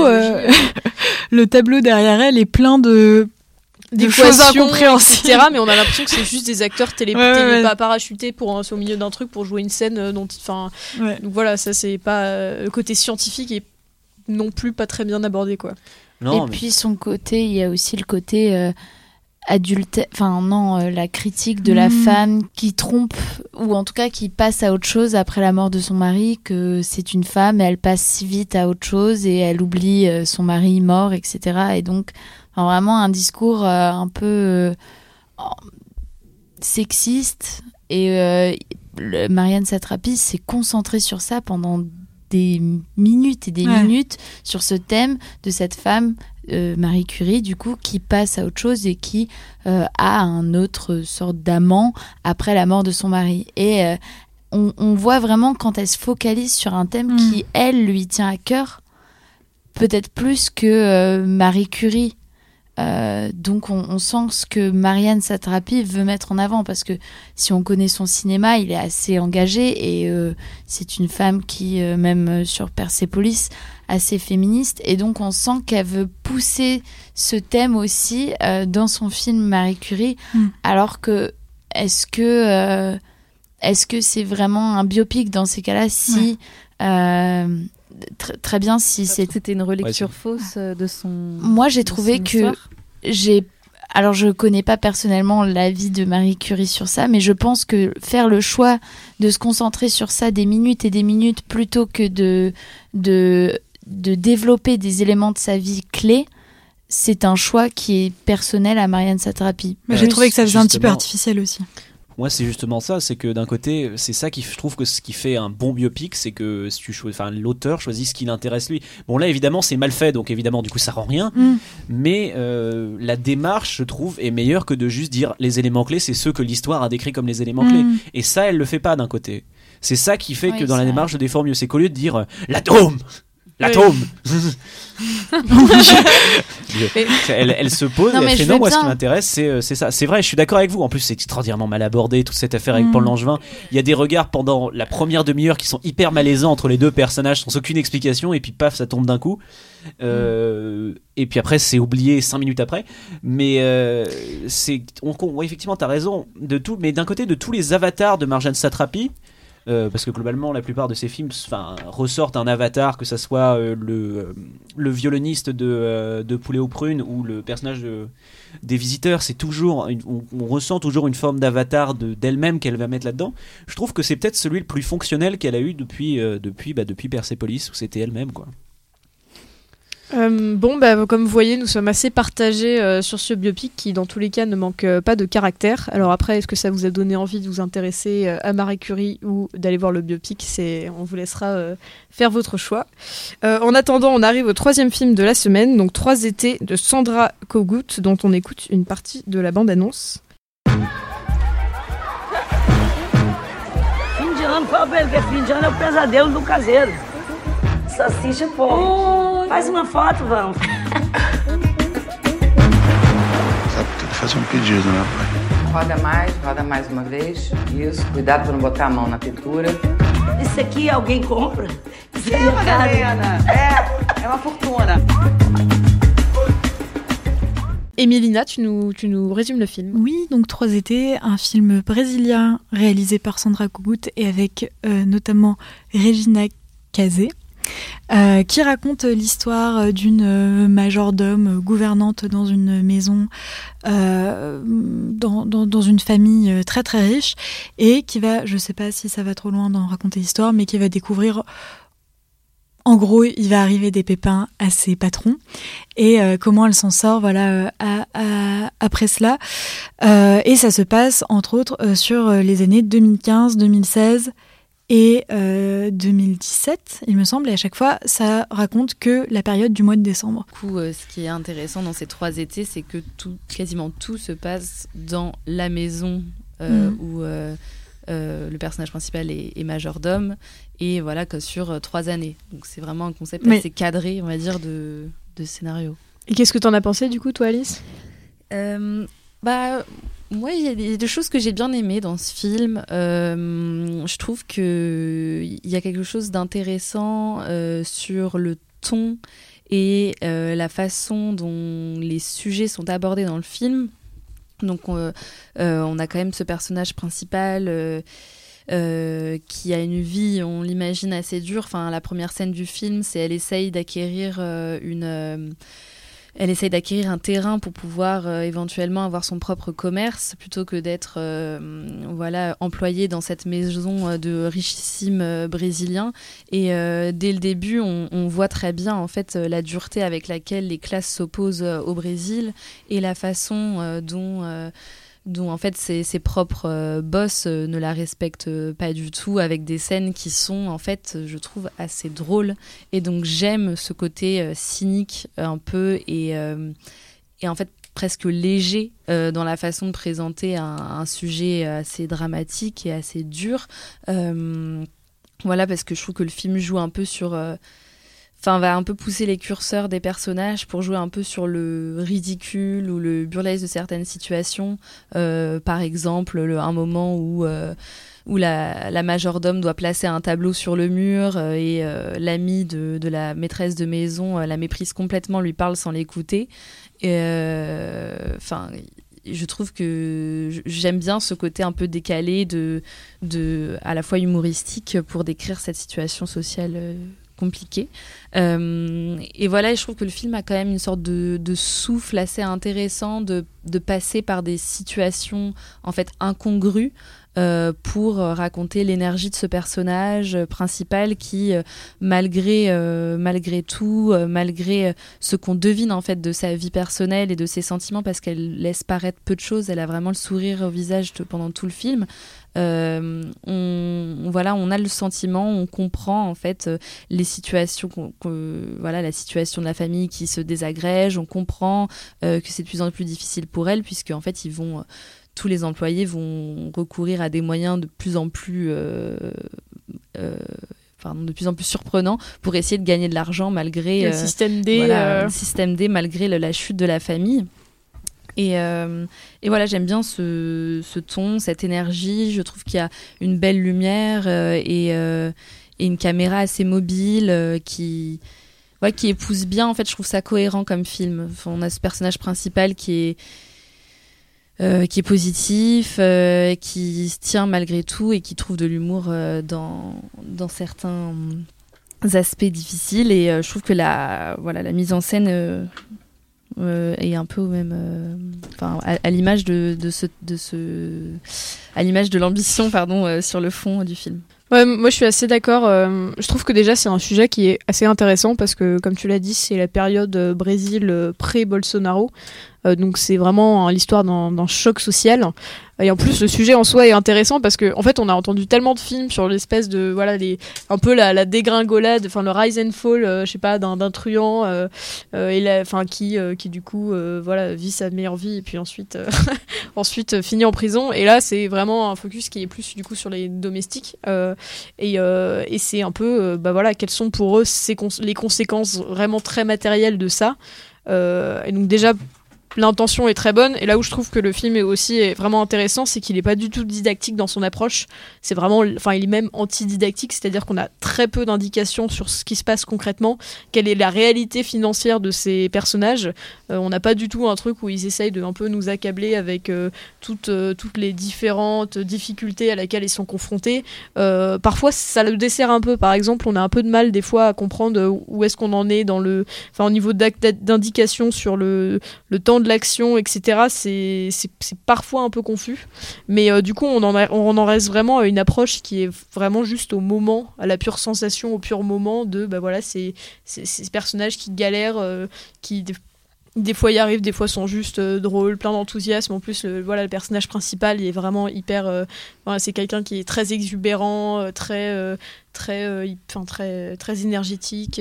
le tableau derrière elle est plein de choses incompréhensibles, etc. Mais on a l'impression que c'est juste des acteurs pas parachutés au milieu d'un truc pour jouer une scène donc voilà, ça c'est pas le côté scientifique est non plus pas très bien abordé, quoi. Non, puis son côté, il y a aussi le côté adulte, la critique de la femme qui trompe, ou en tout cas qui passe à autre chose après la mort de son mari, que c'est une femme et elle passe si vite à autre chose et elle oublie son mari mort, etc. Et donc vraiment un discours un peu sexiste, et Marianne Satrapi s'est concentrée sur ça pendant des minutes et des minutes, sur ce thème de cette femme, Marie Curie, du coup, qui passe à autre chose et qui a un autre sorte d'amant après la mort de son mari. Et on voit vraiment quand elle se focalise sur un thème qui, elle, lui tient à cœur, peut-être plus que Marie Curie. Donc on sent ce que Marianne Satrapi veut mettre en avant, parce que si on connaît son cinéma, il est assez engagé, et c'est une femme qui, même sur Persepolis, assez féministe, et donc on sent qu'elle veut pousser ce thème aussi dans son film Marie Curie. Alors que est-ce que c'est vraiment un biopic dans ces cas-là, si très bien, si c'était une relecture fausse de son... Moi, j'ai trouvé que alors je connais pas personnellement l'avis de Marie Curie sur ça, mais je pense que faire le choix de se concentrer sur ça des minutes et des minutes plutôt que de développer des éléments de sa vie clés, c'est un choix qui est personnel à Marianne Satrapi. Mais j'ai trouvé que ça faisait un petit peu artificiel aussi. Moi, c'est justement ça, c'est que d'un côté, c'est ça qui, je trouve que ce qui fait un bon biopic, c'est que si l'auteur choisit ce qui l'intéresse lui. Bon, là, évidemment, c'est mal fait, donc évidemment, du coup, ça rend rien. Mais la démarche, je trouve, est meilleure que de juste dire les éléments clés, c'est ceux que l'histoire a décrits comme les éléments clés. Et ça, elle le fait pas d'un côté. C'est ça qui fait que dans la démarche, je déforme mieux. C'est qu'au lieu de dire l'atome, L'atome. Elle se pose et elle fait non, moi ce qui m'intéresse c'est ça. C'est vrai, je suis d'accord avec vous. En plus c'est extraordinairement mal abordé toute cette affaire avec Paul Langevin. Il y a des regards pendant la première demi-heure qui sont hyper malaisants entre les deux personnages sans aucune explication et puis paf ça tombe d'un coup. Et puis après c'est oublié 5 minutes après. Mais effectivement t'as raison de tout. Mais d'un côté de tous les avatars de Marjane Satrapi. Parce que globalement la plupart de ces films ressortent un avatar, que ça soit le violoniste de Poulet aux prunes ou le personnage des visiteurs, c'est toujours on ressent toujours une forme d'avatar d'elle-même qu'elle va mettre là-dedans. Je trouve que c'est peut-être celui le plus fonctionnel qu'elle a eu depuis Persepolis, où c'était elle-même quoi. Comme vous voyez, nous sommes assez partagés sur ce biopic qui, dans tous les cas, ne manque pas de caractère. Alors après, est-ce que ça vous a donné envie de vous intéresser à Marie Curie ou d'aller voir le biopic ? On vous laissera faire votre choix. En attendant, on arrive au 3e film de la semaine, donc 3 étés de Sandra Kogut, dont on écoute une partie de la bande-annonce. Fim de ano, Fabel, que fim de ano é o pesadelo do caseiro. Salsicha, pô. Faz uma foto, vamos. Sabe que tem que fazer pedido, né, pai? Roda mais uma vez. Isso, cuidado para não botar a mão na pintura. Isso aqui alguém compra? Isso aí Madalena, é uma fortuna. Emilina, tu nous résumes le film. Oui, donc 3 étés, un film brésilien réalisé par Sandra Kogut et avec notamment Regina Casé. Qui raconte l'histoire d'une majordome gouvernante dans une maison, dans une famille très très riche, et qui va, je sais pas si ça va trop loin d'en raconter l'histoire, mais qui va découvrir, en gros, il va arriver des pépins à ses patrons, et comment elle s'en sort, voilà, après cela. Et ça se passe, entre autres, sur les années 2015, 2016... et 2017, il me semble, et à chaque fois, ça raconte que la période du mois de décembre. Du coup, ce qui est intéressant dans ces 3 étés, c'est que quasiment tout se passe dans la maison où le personnage principal est majordome, et voilà, que sur 3 années. Donc c'est vraiment un concept assez cadré, on va dire, de scénario. Et qu'est-ce que t'en as pensé, du coup, toi, Alice ? Moi, il y a des choses que j'ai bien aimées dans ce film. Je trouve qu'il y a quelque chose d'intéressant sur le ton et la façon dont les sujets sont abordés dans le film. Donc, on a quand même ce personnage principal qui a une vie, on l'imagine, assez dure. Enfin, la première scène du film, c'est elle essaye d'acquérir elle essaye d'acquérir un terrain pour pouvoir éventuellement avoir son propre commerce plutôt que d'être employée dans cette maison de richissimes brésiliens. Et dès le début, on voit très bien en fait la dureté avec laquelle les classes s'opposent au Brésil et la façon dont en fait ses propres boss ne la respectent pas du tout, avec des scènes qui sont en fait, je trouve, assez drôles. Et donc j'aime ce côté cynique un peu et en fait presque léger dans la façon de présenter un sujet assez dramatique et assez dur. Voilà, parce que je trouve que le film joue un peu sur... va un peu pousser les curseurs des personnages pour jouer un peu sur le ridicule ou le burlesque de certaines situations. Par exemple, un moment où la majordome doit placer un tableau sur le mur et l'ami de la maîtresse de maison la méprise complètement, lui parle sans l'écouter. Je trouve que j'aime bien ce côté un peu décalé à la fois humoristique pour décrire cette situation sociale compliqué. Et voilà, je trouve que le film a quand même une sorte de souffle assez intéressant de passer par des situations en fait incongrues pour raconter l'énergie de ce personnage principal qui, malgré tout, malgré ce qu'on devine en fait de sa vie personnelle et de ses sentiments, parce qu'elle laisse paraître peu de choses, elle a vraiment le sourire au visage pendant tout le film. On a le sentiment, on comprend en fait les situations, la situation de la famille qui se désagrège, on comprend que c'est de plus en plus difficile pour elle, puisque en fait tous les employés vont recourir à des moyens de plus en plus de plus en plus surprenant pour essayer de gagner de l'argent malgré le système D, le système D, malgré la chute de la famille. Et voilà, j'aime bien ce ton, cette énergie. Je trouve qu'il y a une belle lumière et une caméra assez mobile qui épouse bien. En fait, je trouve ça cohérent comme film. Enfin, on a ce personnage principal qui est positif, qui se tient malgré tout et qui trouve de l'humour dans certains aspects difficiles. Et je trouve que la mise en scène est un peu au même, à l'image à l'image de l'ambition, sur le fond du film. Ouais, moi je suis assez d'accord. Je trouve que déjà c'est un sujet qui est assez intéressant parce que, comme tu l'as dit, c'est la période Brésil pré-Bolsonaro. Donc c'est vraiment l'histoire d'un choc social. Et en plus, le sujet en soi est intéressant parce que, en fait, on a entendu tellement de films sur l'espèce de, un peu la dégringolade, le rise and fall, je sais pas, d'un truand, qui du coup, vit sa meilleure vie et puis ensuite finit en prison. Et là, c'est vraiment un focus qui est plus du coup sur les domestiques. Et c'est un peu, quelles sont pour eux les conséquences vraiment très matérielles de ça. Et donc déjà, l'intention est très bonne, et là où je trouve que le film est vraiment intéressant, c'est qu'il est pas du tout didactique dans son approche. C'est vraiment, il est même anti-didactique, c'est-à-dire qu'on a très peu d'indications sur ce qui se passe concrètement, quelle est la réalité financière de ces personnages. On n'a pas du tout un truc où ils essayent de un peu nous accabler avec toutes les différentes difficultés à laquelle ils sont confrontés. Parfois ça le dessert un peu. Par exemple, on a un peu de mal des fois à comprendre où est-ce qu'on en est au niveau d'indications sur le temps de l'action, etc. C'est parfois un peu confus, mais du coup on en reste vraiment à une approche qui est vraiment juste au moment, à la pure sensation, au pur moment de ces personnages qui galèrent, qui des fois y arrivent, des fois sont juste drôles, plein d'enthousiasme. En plus, le personnage principal, il est vraiment hyper... c'est quelqu'un qui est très exubérant, très énergique.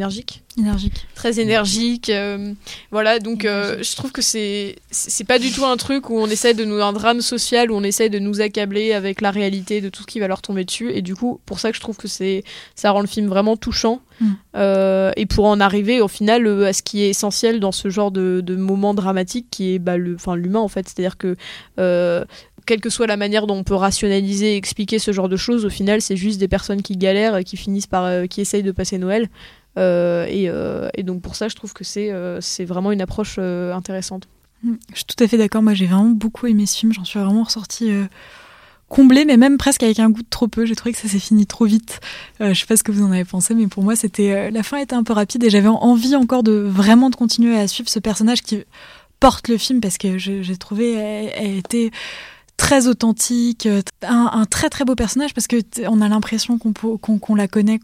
Très énergique. Donc je trouve que c'est pas du tout un truc où on essaie un drame social, où on essaie de nous accabler avec la réalité de tout ce qui va leur tomber dessus. Et du coup, pour ça que je trouve que ça rend le film vraiment touchant. Et pour en arriver au final à ce qui est essentiel dans ce genre de moment dramatique, qui est l'humain en fait. C'est-à-dire que quelle que soit la manière dont on peut rationaliser et expliquer ce genre de choses, au final c'est juste des personnes qui galèrent et qui finissent qui essayent de passer Noël. Et donc pour ça je trouve que c'est vraiment une approche intéressante. Je suis tout à fait d'accord. Moi j'ai vraiment beaucoup aimé ce film, j'en suis vraiment ressortie comblée, mais même presque avec un goût de trop peu. J'ai trouvé que ça s'est fini trop vite. Je sais pas ce que vous en avez pensé, mais pour moi la fin était un peu rapide et j'avais envie encore de continuer à suivre ce personnage qui porte le film, parce que j'ai trouvé elle était très authentique, un très très beau personnage, parce que on a l'impression qu'on la connaît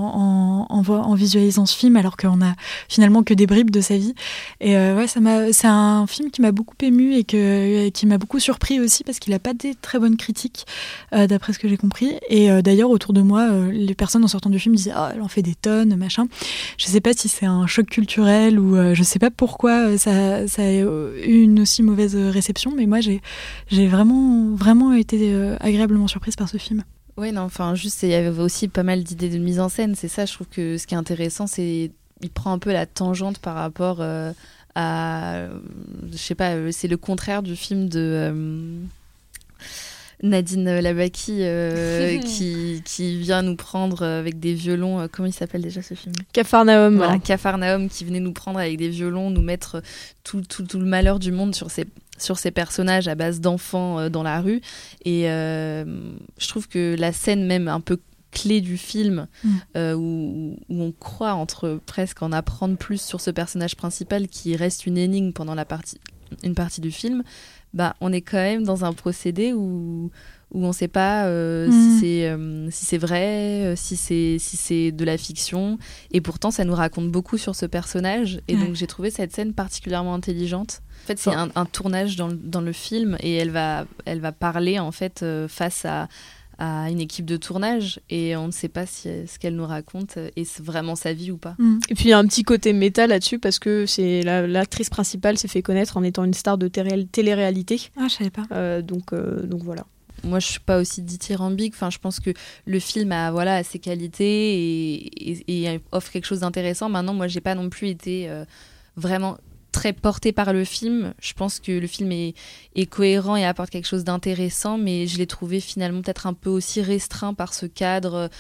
en visualisant ce film, alors qu'on a finalement que des bribes de sa vie. Et c'est un film qui m'a beaucoup émue et qui m'a beaucoup surpris aussi, parce qu'il a pas des très bonnes critiques d'après ce que j'ai compris. Et d'ailleurs autour de moi, les personnes en sortant du film disaient elle en fait des tonnes, machin. Je sais pas si c'est un choc culturel ou je sais pas pourquoi ça a eu une aussi mauvaise réception, mais moi j'ai vraiment été agréablement surprise par ce film. Oui, non, juste, il y avait aussi pas mal d'idées de mise en scène. C'est ça, je trouve que ce qui est intéressant, c'est il prend un peu la tangente par rapport à... Je sais pas, c'est le contraire du film de... Nadine Labaki qui vient nous prendre avec des violons. Comment il s'appelle déjà ce film ? Capharnaüm. Voilà, Capharnaüm, qui venait nous prendre avec des violons, nous mettre tout le malheur du monde sur ces personnages à base d'enfants dans la rue. Et je trouve que la scène même un peu clé du film, où on croit presque en apprendre plus sur ce personnage principal qui reste une énigme pendant une partie du film, on est quand même dans un procédé où on ne sait pas si c'est vrai, si c'est de la fiction, et pourtant ça nous raconte beaucoup sur ce personnage. Et donc j'ai trouvé cette scène particulièrement intelligente. En fait, c'est un tournage dans le film, et elle va parler en fait face à une équipe de tournage, et on ne sait pas si ce qu'elle nous raconte est vraiment sa vie ou pas. Et puis il y a un petit côté méta là-dessus, parce que c'est l'actrice principale s'est fait connaître en étant une star de télé-réalité. Ah, je savais pas. Donc voilà. moi, je suis pas aussi dithyrambique. Enfin, je pense que le film a ses qualités et offre quelque chose d'intéressant. Maintenant, moi, j'ai pas non plus été vraiment très portée par le film. Je pense que le film est cohérent et apporte quelque chose d'intéressant, mais je l'ai trouvé finalement peut-être un peu aussi restreint par ce cadre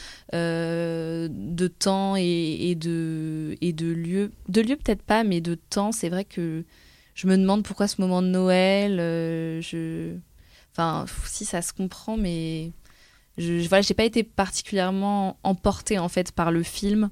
de temps et de lieu. De lieu peut-être pas, mais de temps. C'est vrai que je me demande pourquoi ce moment de Noël. Enfin, si ça se comprend, mais voilà, j'ai pas été particulièrement emportée en fait par le film.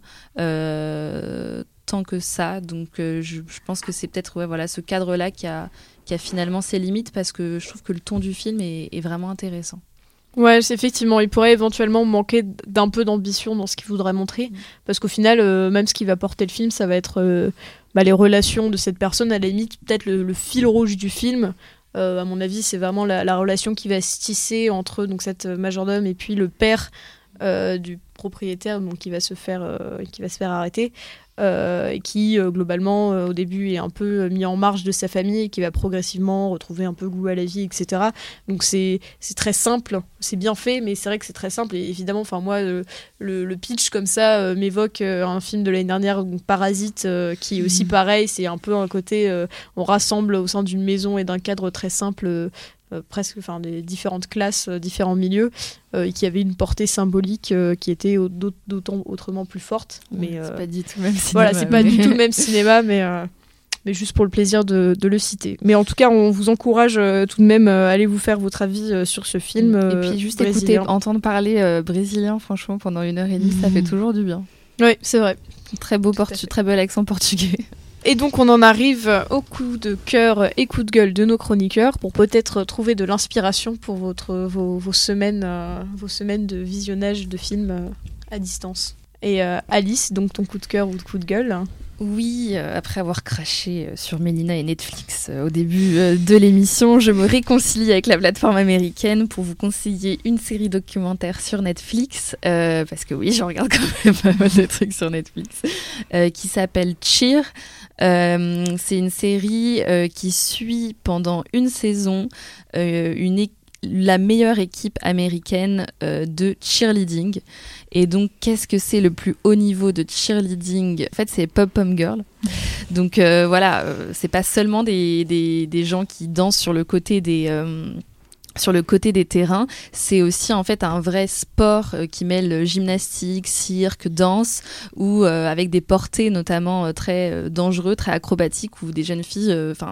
Tant que ça, donc je pense que c'est peut-être ce cadre-là qui a finalement ses limites, parce que je trouve que le ton du film est vraiment intéressant. Ouais, effectivement, il pourrait éventuellement manquer d'un peu d'ambition dans ce qu'il voudrait montrer, parce qu'au final, même ce qui va porter le film, ça va être les relations de cette personne, à la limite, peut-être le fil rouge du film. À mon avis, c'est vraiment la relation qui va se tisser entre donc, cette majordome et puis le père du propriétaire, donc, qui va se faire arrêter. Et qui globalement au début est un peu mis en marge de sa famille et qui va progressivement retrouver un peu goût à la vie, etc. Donc c'est très simple, c'est bien fait, mais c'est vrai que c'est très simple. Et évidemment, moi le pitch comme ça m'évoque un film de l'année dernière, Parasite, qui est aussi pareil. C'est un peu un côté on rassemble au sein d'une maison et d'un cadre très simple presque des différentes classes, différents milieux, et qui avait une portée symbolique qui était autrement plus forte. Mais c'est pas du tout le même cinéma. Voilà, c'est pas du tout le même cinéma, mais juste pour le plaisir de le citer. Mais en tout cas, on vous encourage tout de même à aller vous faire votre avis sur ce film. Et puis juste entendre parler brésilien, franchement, pendant 1h30, ça fait toujours du bien. Oui, c'est vrai. Très bel accent portugais. Et donc on en arrive au coup de cœur et coup de gueule de nos chroniqueurs pour peut-être trouver de l'inspiration pour vos semaines de visionnage de films à distance. Et Alice, donc ton coup de cœur ou coup de gueule? Oui, après avoir craché sur Mélina et Netflix au début de l'émission, je me réconcilie avec la plateforme américaine pour vous conseiller une série documentaire sur Netflix, parce que oui, je regarde quand même pas mal de trucs sur Netflix, qui s'appelle Cheer. C'est une série qui suit pendant une saison la meilleure équipe américaine de cheerleading. Et donc, qu'est-ce que c'est le plus haut niveau de cheerleading? En fait, c'est Pom-Pom Girl. Donc, c'est pas seulement des gens qui dansent sur le côté des terrains, c'est aussi en fait un vrai sport qui mêle gymnastique, cirque, danse, ou avec des portées notamment très dangereux, très acrobatiques, où des jeunes filles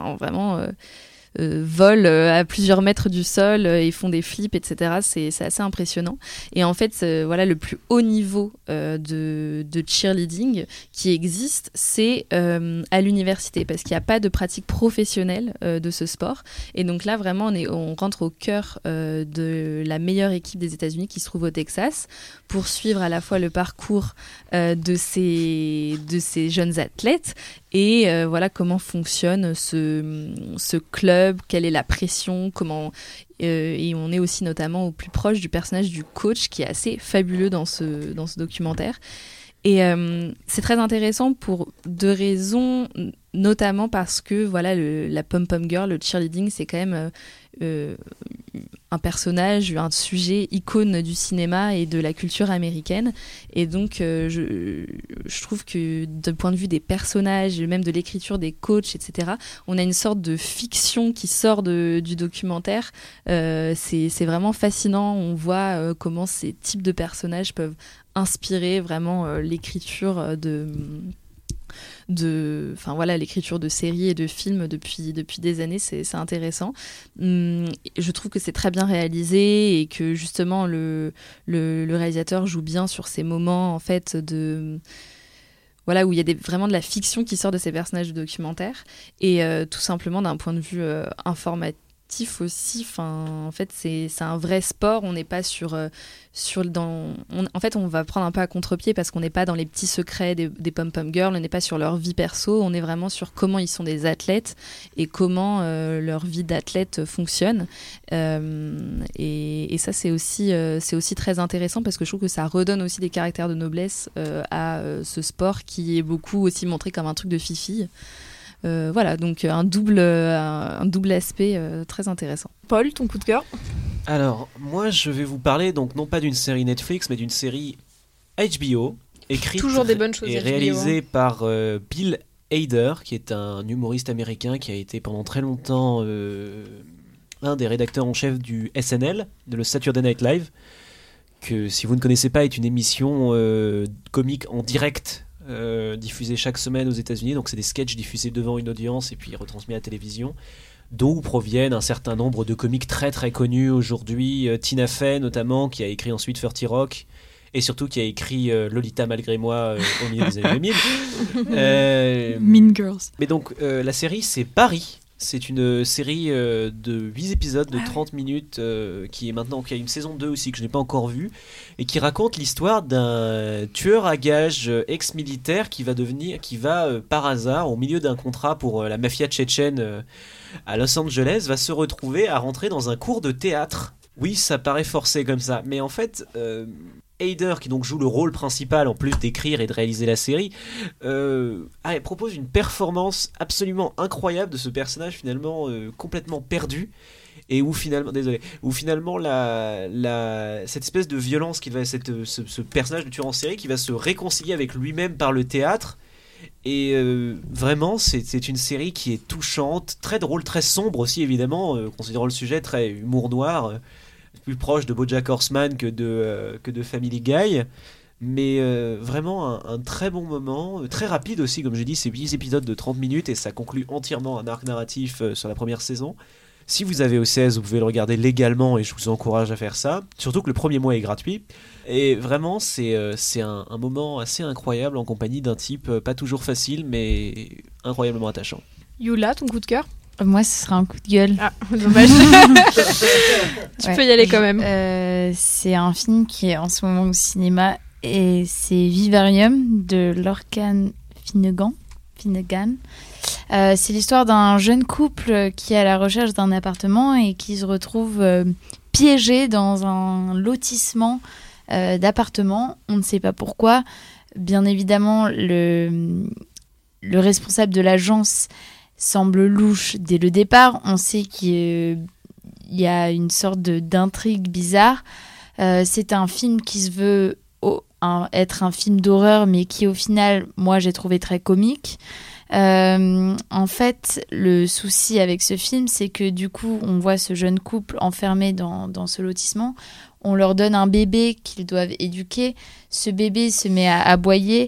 volent à plusieurs mètres du sol et font des flips, etc. C'est assez impressionnant. Et en fait, le plus haut niveau de cheerleading qui existe, c'est à l'université, parce qu'il n'y a pas de pratique professionnelle de ce sport. Et donc là, vraiment, on rentre au cœur de la meilleure équipe des États-Unis qui se trouve au Texas, pour suivre à la fois le parcours de ces jeunes athlètes et comment fonctionne ce club, quelle est la pression, et on est aussi notamment au plus proche du personnage du coach, qui est assez fabuleux dans ce documentaire. Et c'est très intéressant pour deux raisons, notamment parce que la pom-pom girl, le cheerleading, c'est quand même un personnage, un sujet icône du cinéma et de la culture américaine. Et donc je trouve que d'un point de vue des personnages, même de l'écriture des coachs, etc., on a une sorte de fiction qui sort du documentaire. C'est vraiment fascinant. On voit comment ces types de personnages peuvent inspirer vraiment l'écriture l'écriture de séries et de films depuis des années. C'est intéressant. Je trouve que c'est très bien réalisé et que justement le réalisateur joue bien sur ces moments en fait où il y a vraiment de la fiction qui sort de ces personnages de documentaire, et tout simplement d'un point de vue informatif aussi. En fait, c'est un vrai sport. On n'est pas en fait, on va prendre un peu à contre-pied, parce qu'on n'est pas dans les petits secrets des pom-pom girls, on n'est pas sur leur vie perso, on est vraiment sur comment ils sont des athlètes et comment leur vie d'athlète fonctionne. Et ça, c'est aussi très intéressant, parce que je trouve que ça redonne aussi des caractères de noblesse à ce sport qui est beaucoup aussi montré comme un truc de fifille. Donc un double aspect très intéressant. Paul, ton coup de cœur? Alors, moi, je vais vous parler donc non pas d'une série Netflix, mais d'une série HBO, écrite Toujours des bonnes choses, et HBO, réalisée par Bill Hader, qui est un humoriste américain qui a été pendant très longtemps un des rédacteurs en chef du SNL, de le Saturday Night Live, que si vous ne connaissez pas est une émission comique en direct diffusée chaque semaine aux États-Unis. Donc c'est des sketchs diffusés devant une audience et puis retransmis à la télévision, d'où proviennent un certain nombre de comiques très très connus aujourd'hui. Tina Fey notamment, qui a écrit ensuite 30 Rock, et surtout qui a écrit Lolita malgré moi au milieu des années 2000. Mean Girls. Mais donc la série c'est Barry. C'est une série de 8 épisodes de 30 minutes qui a une saison 2 aussi que je n'ai pas encore vue, et qui raconte l'histoire d'un tueur à gages ex-militaire qui va par hasard au milieu d'un contrat pour la mafia tchétchène à Los Angeles va se retrouver à rentrer dans un cours de théâtre. Oui, ça paraît forcé comme ça, mais en fait Hader, qui donc joue le rôle principal en plus d'écrire et de réaliser la série, propose une performance absolument incroyable de ce personnage finalement complètement perdu, et où finalement cette espèce de violence ce personnage de tueur en série qui va se réconcilier avec lui-même par le théâtre. Et vraiment c'est une série qui est touchante, très drôle, très sombre aussi évidemment, considérant le sujet, très humour noir, plus proche de BoJack Horseman que de Family Guy, mais vraiment un très bon moment, très rapide aussi, comme je dis, c'est 8 épisodes de 30 minutes et ça conclut entièrement un arc narratif sur la première saison. Si vous avez OCS, vous pouvez le regarder légalement et je vous encourage à faire ça, surtout que le premier mois est gratuit, et vraiment c'est un moment assez incroyable en compagnie d'un type pas toujours facile mais incroyablement attachant. Yula, ton coup de cœur? Moi, ce sera un coup de gueule. Ah, dommage. Tu peux y aller quand même. C'est un film qui est en ce moment au cinéma et c'est Vivarium de Lorcan Finnegan. C'est l'histoire d'un jeune couple qui est à la recherche d'un appartement et qui se retrouve piégé dans un lotissement d'appartements. On ne sait pas pourquoi. Bien évidemment, le responsable de l'agence semble louche dès le départ. On sait qu'il y a une sorte d'intrigue bizarre. C'est un film qui se veut être un film d'horreur, mais qui au final, moi, j'ai trouvé très comique. En fait, le souci avec ce film, c'est que du coup, on voit ce jeune couple enfermé dans ce lotissement. On leur donne un bébé qu'ils doivent éduquer. Ce bébé se met à aboyer.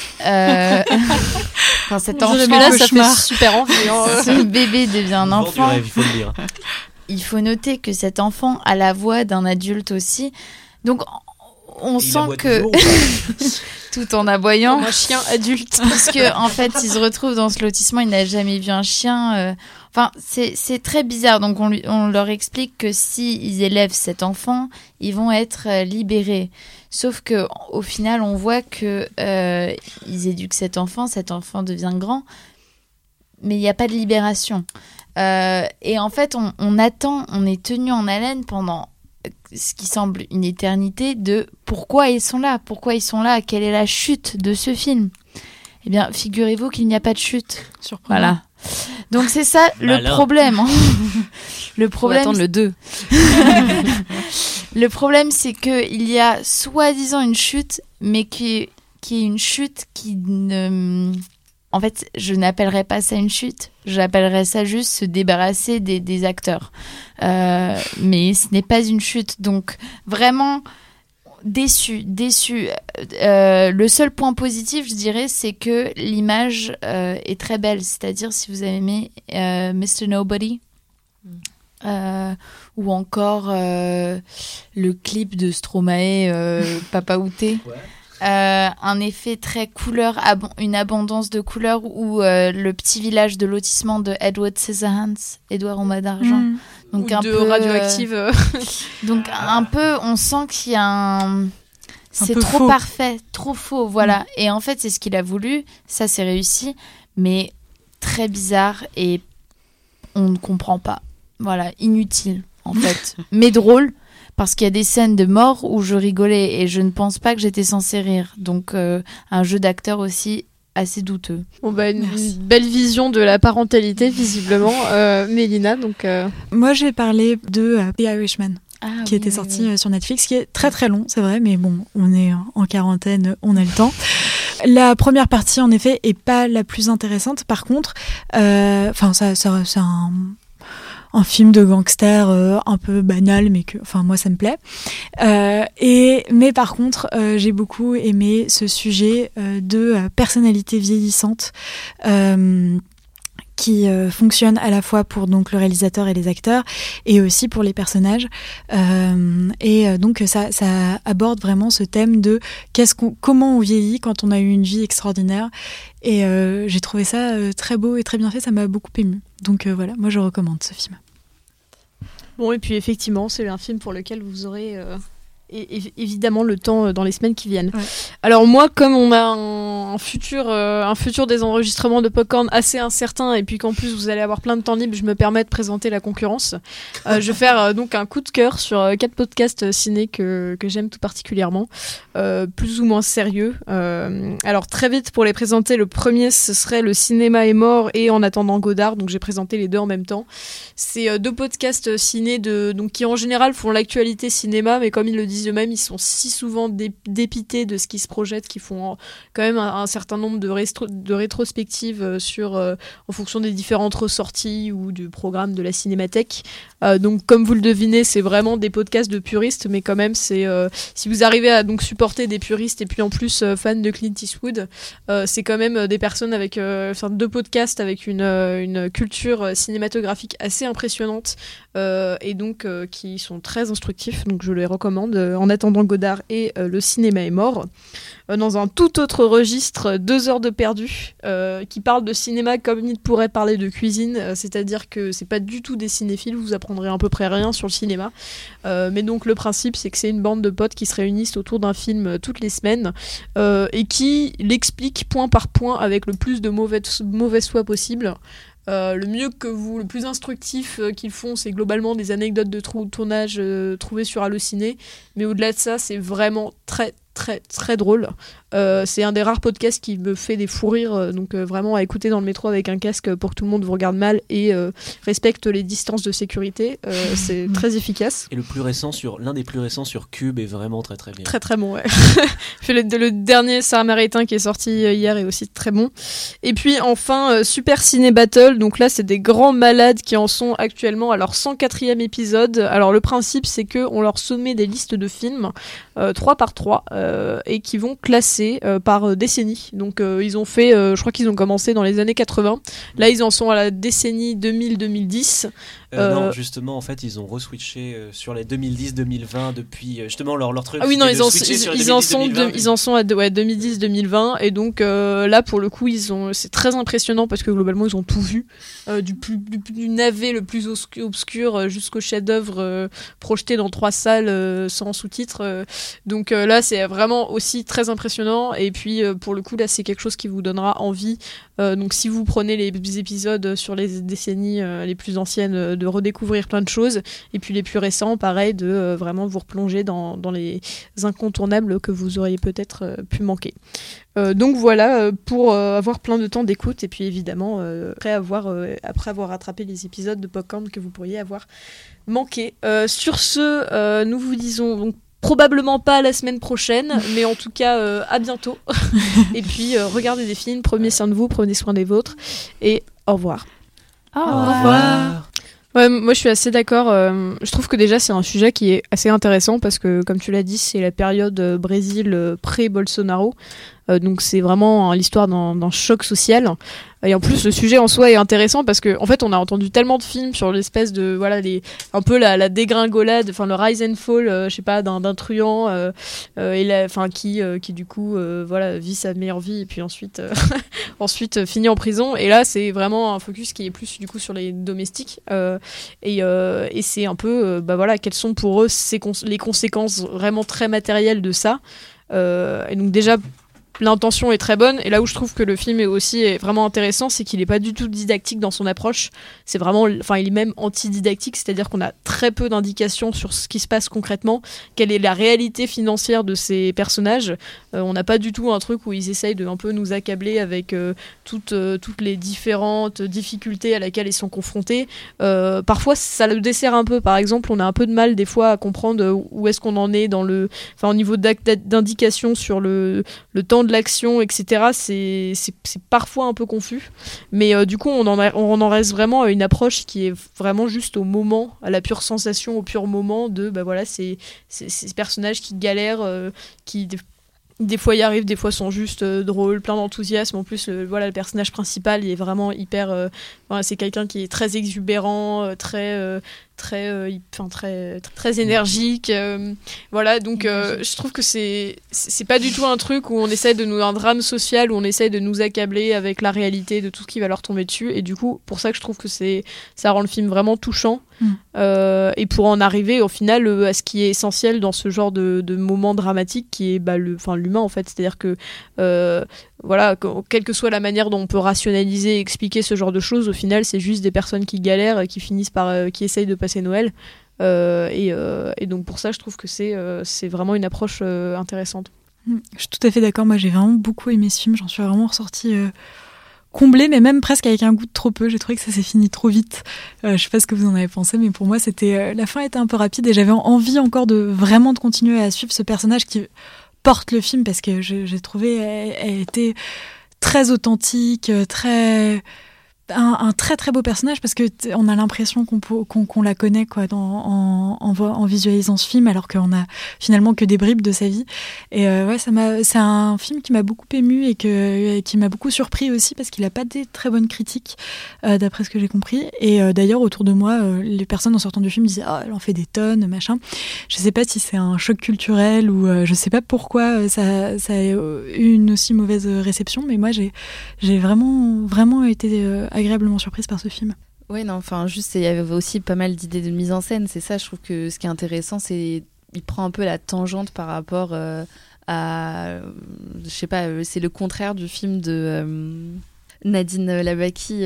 Enfin, cet enfant, là, ça fait super envie. Ce bébé devient un enfant. Rêve, il faut le dire. Il faut noter que cet enfant a la voix d'un adulte aussi. Donc, on sent que tout en aboyant, un chien adulte, parce que en fait, il se retrouve dans ce lotissement, il n'a jamais vu un chien. Enfin, c'est très bizarre. Donc, on leur explique que si ils élèvent cet enfant, ils vont être libérés. Sauf que au final, on voit que ils éduquent cet enfant devient grand, mais il n'y a pas de libération. Et en fait, on attend, on est tenu en haleine pendant ce qui semble une éternité de pourquoi ils sont là, quelle est la chute de ce film. Eh bien, figurez-vous qu'il n'y a pas de chute. Surprenant. Voilà. Donc c'est ça le problème. Le problème. Faut attendre le 2. Le problème, c'est que il y a soi-disant une chute, mais qui est une chute qui ne. En fait, je n'appellerais pas ça une chute. J'appellerais ça juste se débarrasser des acteurs. Mais ce n'est pas une chute. Donc, vraiment déçu. Le seul point positif, je dirais, c'est que l'image est très belle. C'est-à-dire, si vous avez aimé Mr. Nobody, ou encore le clip de Stromae, Papa Outé. Ouais. Un effet très couleur, une abondance de couleurs, ou le petit village de lotissement de Edward Scissorhands, Edouard en mode d'argent. Donc ou un de peu Radioactive. Donc un peu, on sent qu'il y a c'est peu trop faux. Parfait, trop faux, voilà. Et en fait, c'est ce qu'il a voulu, ça c'est réussi, mais très bizarre et on ne comprend pas. Voilà, inutile en fait, mais drôle. Parce qu'il y a des scènes de mort où je rigolais et je ne pense pas que j'étais censée rire. Donc, un jeu d'acteur aussi assez douteux. Bon, une belle vision de la parentalité, visiblement. Mélina, donc... Moi, je vais parler de The Irishman. qui était sorti sur Netflix, qui est très très long, c'est vrai, mais bon, on est en quarantaine, on a le temps. La première partie, en effet, est pas la plus intéressante. Par contre, c'est un film de gangster un peu banal, mais moi ça me plaît. Mais par contre, j'ai beaucoup aimé ce sujet de personnalité vieillissante. Qui fonctionne à la fois pour donc le réalisateur et les acteurs et aussi pour les personnages donc ça aborde vraiment ce thème de comment on vieillit quand on a eu une vie extraordinaire et j'ai trouvé ça très beau et très bien fait, ça m'a beaucoup émue, donc voilà, moi je recommande ce film. Bon, et puis effectivement c'est un film pour lequel vous aurez évidemment le temps dans les semaines qui viennent. Ouais. Alors moi, comme on a un futur des enregistrements de Popcorn assez incertain et puis qu'en plus vous allez avoir plein de temps libre, je me permets de présenter la concurrence. Je vais faire donc un coup de cœur sur 4 podcasts ciné que j'aime tout particulièrement, plus ou moins sérieux. Alors très vite pour les présenter, le premier ce serait Le cinéma est mort et En attendant Godard, donc j'ai présenté les deux en même temps. C'est 2 podcasts ciné donc qui en général font l'actualité cinéma, mais comme ils le disent eux-mêmes, ils sont si souvent dépités de ce qui se projette qu'ils font quand même un certain nombre de rétrospectives en fonction des différentes ressorties ou du programme de la Cinémathèque. Donc comme vous le devinez, c'est vraiment des podcasts de puristes, mais quand même si vous arrivez à donc supporter des puristes et puis en plus fans de Clint Eastwood, c'est quand même des personnes avec 2 podcasts avec une culture cinématographique assez impressionnante et donc qui sont très instructifs, donc je les recommande. En attendant Godard et Le cinéma est mort. Dans un tout autre registre, 2 heures de perdu, qui parle de cinéma comme il pourrait parler de cuisine, c'est-à-dire que c'est pas du tout des cinéphiles, vous apprendrez à peu près rien sur le cinéma, mais donc le principe c'est que c'est une bande de potes qui se réunissent autour d'un film toutes les semaines et qui l'expliquent point par point avec le plus de mauvaise foi possible. Le plus instructif qu'ils font, c'est globalement des anecdotes de tournage trouvées sur Allociné, mais au-delà de ça, c'est vraiment très très très drôle. C'est un des rares podcasts qui me fait des fous rires, donc vraiment à écouter dans le métro avec un casque pour que tout le monde vous regarde mal et respecte les distances de sécurité. C'est très efficace. Et l'un des plus récents sur Cube est vraiment très très bien. Très très bon, ouais. le dernier Samaritain qui est sorti hier est aussi très bon. Et puis enfin Super Ciné Battle, donc là c'est des grands malades qui en sont actuellement à leur 104e épisode. Alors le principe c'est que on leur soumet des listes de films 3 par 3 et qui vont classer par décennie. Donc ils ont fait, je crois qu'ils ont commencé dans les années 80. Là ils en sont à la décennie 2000-2010. Non, justement, en fait, ils ont re-switché sur les 2010-2020 depuis justement leur truc. Ah oui, non, ils en sont à 2010-2020 et donc là pour le coup c'est très impressionnant parce que globalement ils ont tout vu, du navet le plus obscur jusqu'au chef-d'œuvre projeté dans 3 salles sans sous-titres. Donc là c'est vraiment aussi très impressionnant et puis pour le coup là c'est quelque chose qui vous donnera envie. Donc si vous prenez les épisodes sur les décennies les plus anciennes, de redécouvrir plein de choses, et puis les plus récents pareil, de vraiment vous replonger dans les incontournables que vous auriez peut-être pu manquer. Donc voilà, pour avoir plein de temps d'écoute, et puis évidemment après avoir rattrapé les épisodes de Popcorn que vous pourriez avoir manqué. Sur ce, nous vous disons donc probablement pas la semaine prochaine, mais en tout cas à bientôt. Et puis regardez des films, prenez soin de vous, prenez soin des vôtres, et au revoir. Au revoir. Ouais, moi je suis assez d'accord. Je trouve que déjà c'est un sujet qui est assez intéressant parce que comme tu l'as dit, c'est la période Brésil pré-Bolsonaro. Donc c'est vraiment l'histoire d'un choc social. Et en plus le sujet en soi est intéressant parce que en fait on a entendu tellement de films sur l'espèce de un peu la dégringolade, enfin le rise and fall, je sais pas, d'un truand qui du coup vit sa meilleure vie et puis ensuite finit en prison. Et là c'est vraiment un focus qui est plus du coup sur les domestiques et c'est un peu quelles sont pour eux les conséquences vraiment très matérielles de ça. Et donc déjà l'intention est très bonne, et là où je trouve que le film est vraiment intéressant, c'est qu'il est pas du tout didactique dans son approche. C'est vraiment, enfin, il est même anti-didactique, c'est-à-dire qu'on a très peu d'indications sur ce qui se passe concrètement, quelle est la réalité financière de ces personnages. On n'a pas du tout un truc où ils essayent de un peu nous accabler avec toutes les différentes difficultés à laquelle ils sont confrontés. Parfois, ça le dessert un peu. Par exemple, on a un peu de mal des fois à comprendre où est-ce qu'on en est au niveau d'indication sur le temps de l'action, etc. C'est parfois un peu confus, mais du coup on en reste vraiment à une approche qui est vraiment juste au moment, à la pure sensation, au pur moment de ces personnages qui galèrent, qui des fois y arrivent, des fois sont juste drôles, plein d'enthousiasme. En plus le personnage principal il est vraiment hyper c'est quelqu'un qui est très exubérant, très énergique, donc je trouve que c'est pas du tout un truc où on essaie un drame social où on essaie de nous accabler avec la réalité de tout ce qui va leur tomber dessus, et du coup pour ça que je trouve que ça rend le film vraiment touchant. Et pour en arriver au final à ce qui est essentiel dans ce genre de moment dramatique qui est l'humain en fait, c'est-à-dire que quelle que soit la manière dont on peut rationaliser et expliquer ce genre de choses, au final c'est juste des personnes qui galèrent et qui finissent par qui essayent de passer Noël, et donc pour ça je trouve que c'est vraiment une approche intéressante. Je suis tout à fait d'accord, moi j'ai vraiment beaucoup aimé ce film, j'en suis vraiment ressortie comblée, mais même presque avec un goût de trop peu. J'ai trouvé que ça s'est fini trop vite. Je sais pas ce que vous en avez pensé, mais pour moi la fin était un peu rapide, et j'avais envie encore de continuer à suivre ce personnage qui porte le film, parce que j'ai trouvé elle était très authentique, un très très beau personnage, parce que on a l'impression qu'on la connaît quoi en visualisant ce film, alors qu'on a finalement que des bribes de sa vie. Et c'est un film qui m'a beaucoup émue et qui m'a beaucoup surpris aussi, parce qu'il a pas des très bonnes critiques d'après ce que j'ai compris. Et d'ailleurs autour de moi les personnes en sortant du film disaient elle en fait des tonnes machin. Je sais pas si c'est un choc culturel ou je sais pas pourquoi ça a eu une aussi mauvaise réception, mais moi j'ai vraiment été agréablement surprise par ce film. Ouais, non, enfin, juste, il y avait aussi pas mal d'idées de mise en scène. C'est ça, je trouve que ce qui est intéressant, c'est il prend un peu la tangente par rapport à, je sais pas, c'est le contraire du film de Nadine Labaki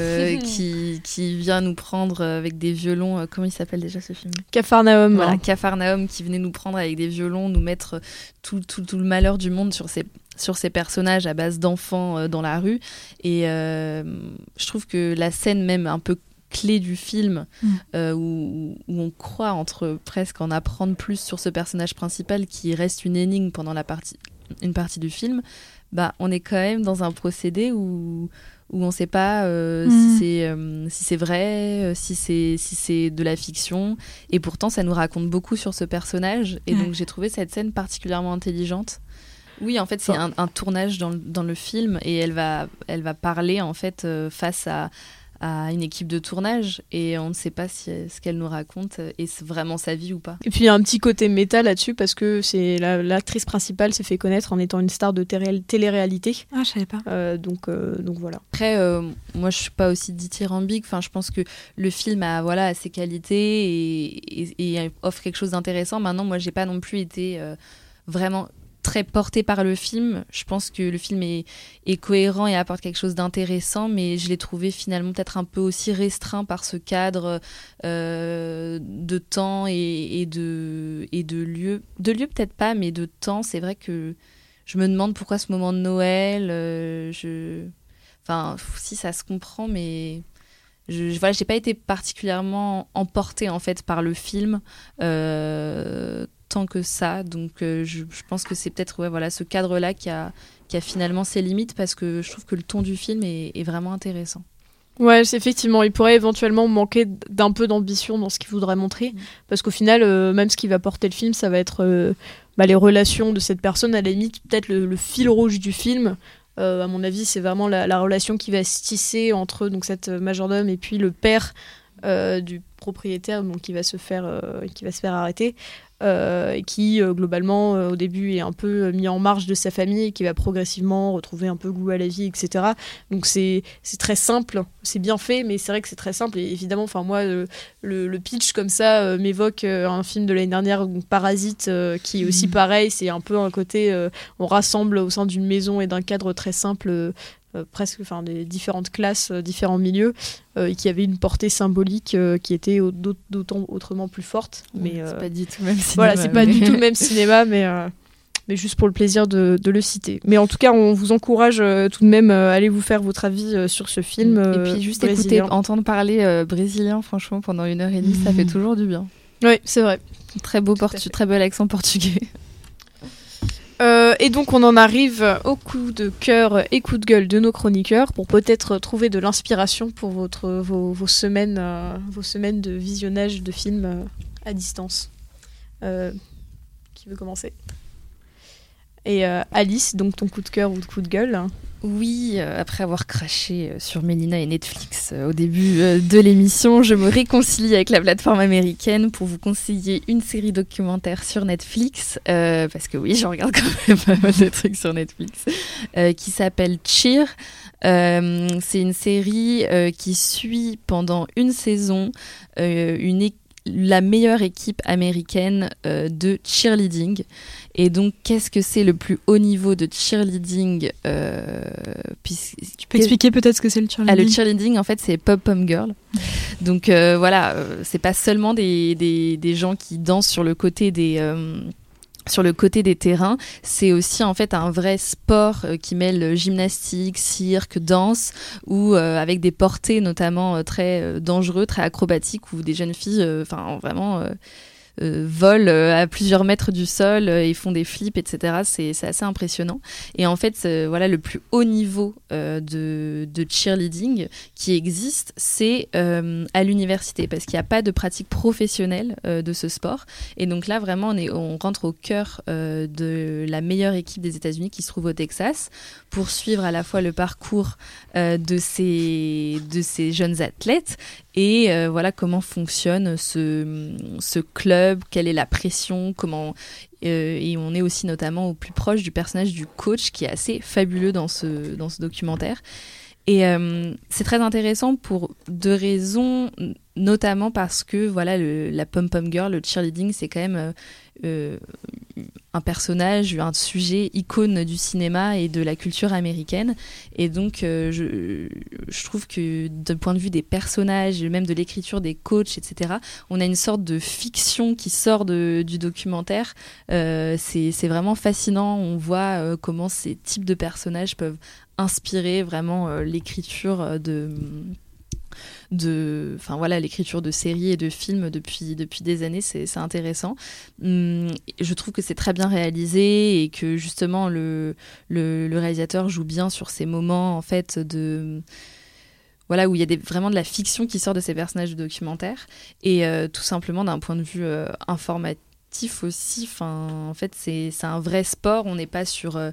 qui vient nous prendre avec des violons. Comment il s'appelle déjà ce film ? Capharnaüm. Voilà, Capharnaüm, qui venait nous prendre avec des violons, nous mettre tout le malheur du monde sur ces personnages à base d'enfants dans la rue. Et je trouve que la scène même un peu clé du film, où on croit presque en apprendre plus sur ce personnage principal qui reste une énigme pendant une partie du film, on est quand même dans un procédé où on ne sait pas si c'est vrai, si c'est de la fiction, et pourtant ça nous raconte beaucoup sur ce personnage, et donc j'ai trouvé cette scène particulièrement intelligente. Oui, en fait, c'est un tournage dans le film, et elle va parler en fait face à une équipe de tournage, et on ne sait pas si ce qu'elle nous raconte est vraiment sa vie ou pas. Et puis il y a un petit côté méta là-dessus, parce que c'est l'actrice principale s'est fait connaître en étant une star de télé-réalité. Ah, je savais pas. Donc voilà. Après, moi je suis pas aussi dithyrambique. Enfin, je pense que le film a ses qualités et offre quelque chose d'intéressant. Maintenant, moi j'ai pas non plus été vraiment très portée par le film. Je pense que le film est cohérent et apporte quelque chose d'intéressant, mais je l'ai trouvé finalement peut-être un peu aussi restreint par ce cadre de temps et de lieu. De lieu peut-être pas, mais de temps. C'est vrai que je me demande pourquoi ce moment de Noël. Enfin, si ça se comprend, mais j'ai pas été particulièrement emportée en fait par le film. Tant que ça, donc je pense que c'est peut-être ce cadre-là qui a finalement ses limites, parce que je trouve que le ton du film est vraiment intéressant. Ouais, effectivement, il pourrait éventuellement manquer d'un peu d'ambition dans ce qu'il voudrait montrer, parce qu'au final, même ce qui va porter le film, ça va être les relations de cette personne, à la limite, peut-être le fil rouge du film. À mon avis, c'est vraiment la relation qui va se tisser entre donc cette majordome et puis le père du propriétaire, donc qui va se faire arrêter, et qui globalement au début est un peu mis en marge de sa famille et qui va progressivement retrouver un peu goût à la vie, etc. Donc c'est très simple, c'est bien fait, mais c'est vrai que c'est très simple. Et évidemment, enfin moi le pitch comme ça m'évoque un film de l'année dernière, donc Parasite, qui est aussi pareil. C'est un peu un côté on rassemble au sein d'une maison et d'un cadre très simple. Presque, enfin, des différentes classes, différents milieux, et qui avait une portée symbolique qui était d'autant autrement plus forte. Mais c'est pas du tout le même cinéma. Voilà, c'est pas du tout le même cinéma, mais juste pour le plaisir de le citer. Mais en tout cas, on vous encourage tout de même à aller vous faire votre avis sur ce film. Et puis juste écouter, entendre parler brésilien, franchement, pendant 1h30, ça fait toujours du bien. Oui, c'est vrai. Très bel accent portugais. Et donc on en arrive au coup de cœur et coup de gueule de nos chroniqueurs pour peut-être trouver de l'inspiration pour vos semaines de visionnage de films à distance. Qui veut commencer ? Et Alice, donc ton coup de cœur ou coup de gueule ? Oui, après avoir craché sur Mélina et Netflix au début de l'émission, je me réconcilie avec la plateforme américaine pour vous conseiller une série documentaire sur Netflix, parce que oui, je regarde quand même pas mal de trucs sur Netflix, qui s'appelle Cheer. C'est une série qui suit pendant une saison la meilleure équipe américaine de cheerleading. Et donc, qu'est-ce que c'est le plus haut niveau de cheerleading Tu peux expliquer peut-être ce que c'est le cheerleading ? Le cheerleading, en fait, c'est pom-pom girl. Donc, c'est pas seulement des gens qui dansent sur le côté des terrains, c'est aussi en fait un vrai sport qui mêle gymnastique, cirque, danse, ou avec des portées notamment très dangereux, très acrobatiques, où des jeunes filles, volent à plusieurs mètres du sol et font des flips, etc. C'est assez impressionnant. Et en fait, le plus haut niveau de cheerleading qui existe, c'est à l'université, parce qu'il n'y a pas de pratique professionnelle de ce sport. Et donc là, vraiment, on rentre au cœur de la meilleure équipe des États-Unis qui se trouve au Texas, pour suivre à la fois le parcours de ces jeunes athlètes et comment fonctionne ce club, quelle est la pression, et on est aussi notamment au plus proche du personnage du coach, qui est assez fabuleux dans ce documentaire. Et c'est très intéressant pour deux raisons, notamment parce que la pom-pom girl, le cheerleading, c'est quand même un personnage, un sujet icône du cinéma et de la culture américaine. Et donc je trouve que d'un point de vue des personnages, même de l'écriture des coachs, etc., on a une sorte de fiction qui sort du documentaire. C'est vraiment fascinant. On voit comment ces types de personnages peuvent inspirer vraiment l'écriture l'écriture de séries et de films depuis des années. C'est intéressant. Je trouve que c'est très bien réalisé et que justement le réalisateur joue bien sur ces moments en fait où il y a vraiment de la fiction qui sort de ces personnages de documentaire, et tout simplement d'un point de vue informatif aussi. En fait, c'est un vrai sport. On n'est pas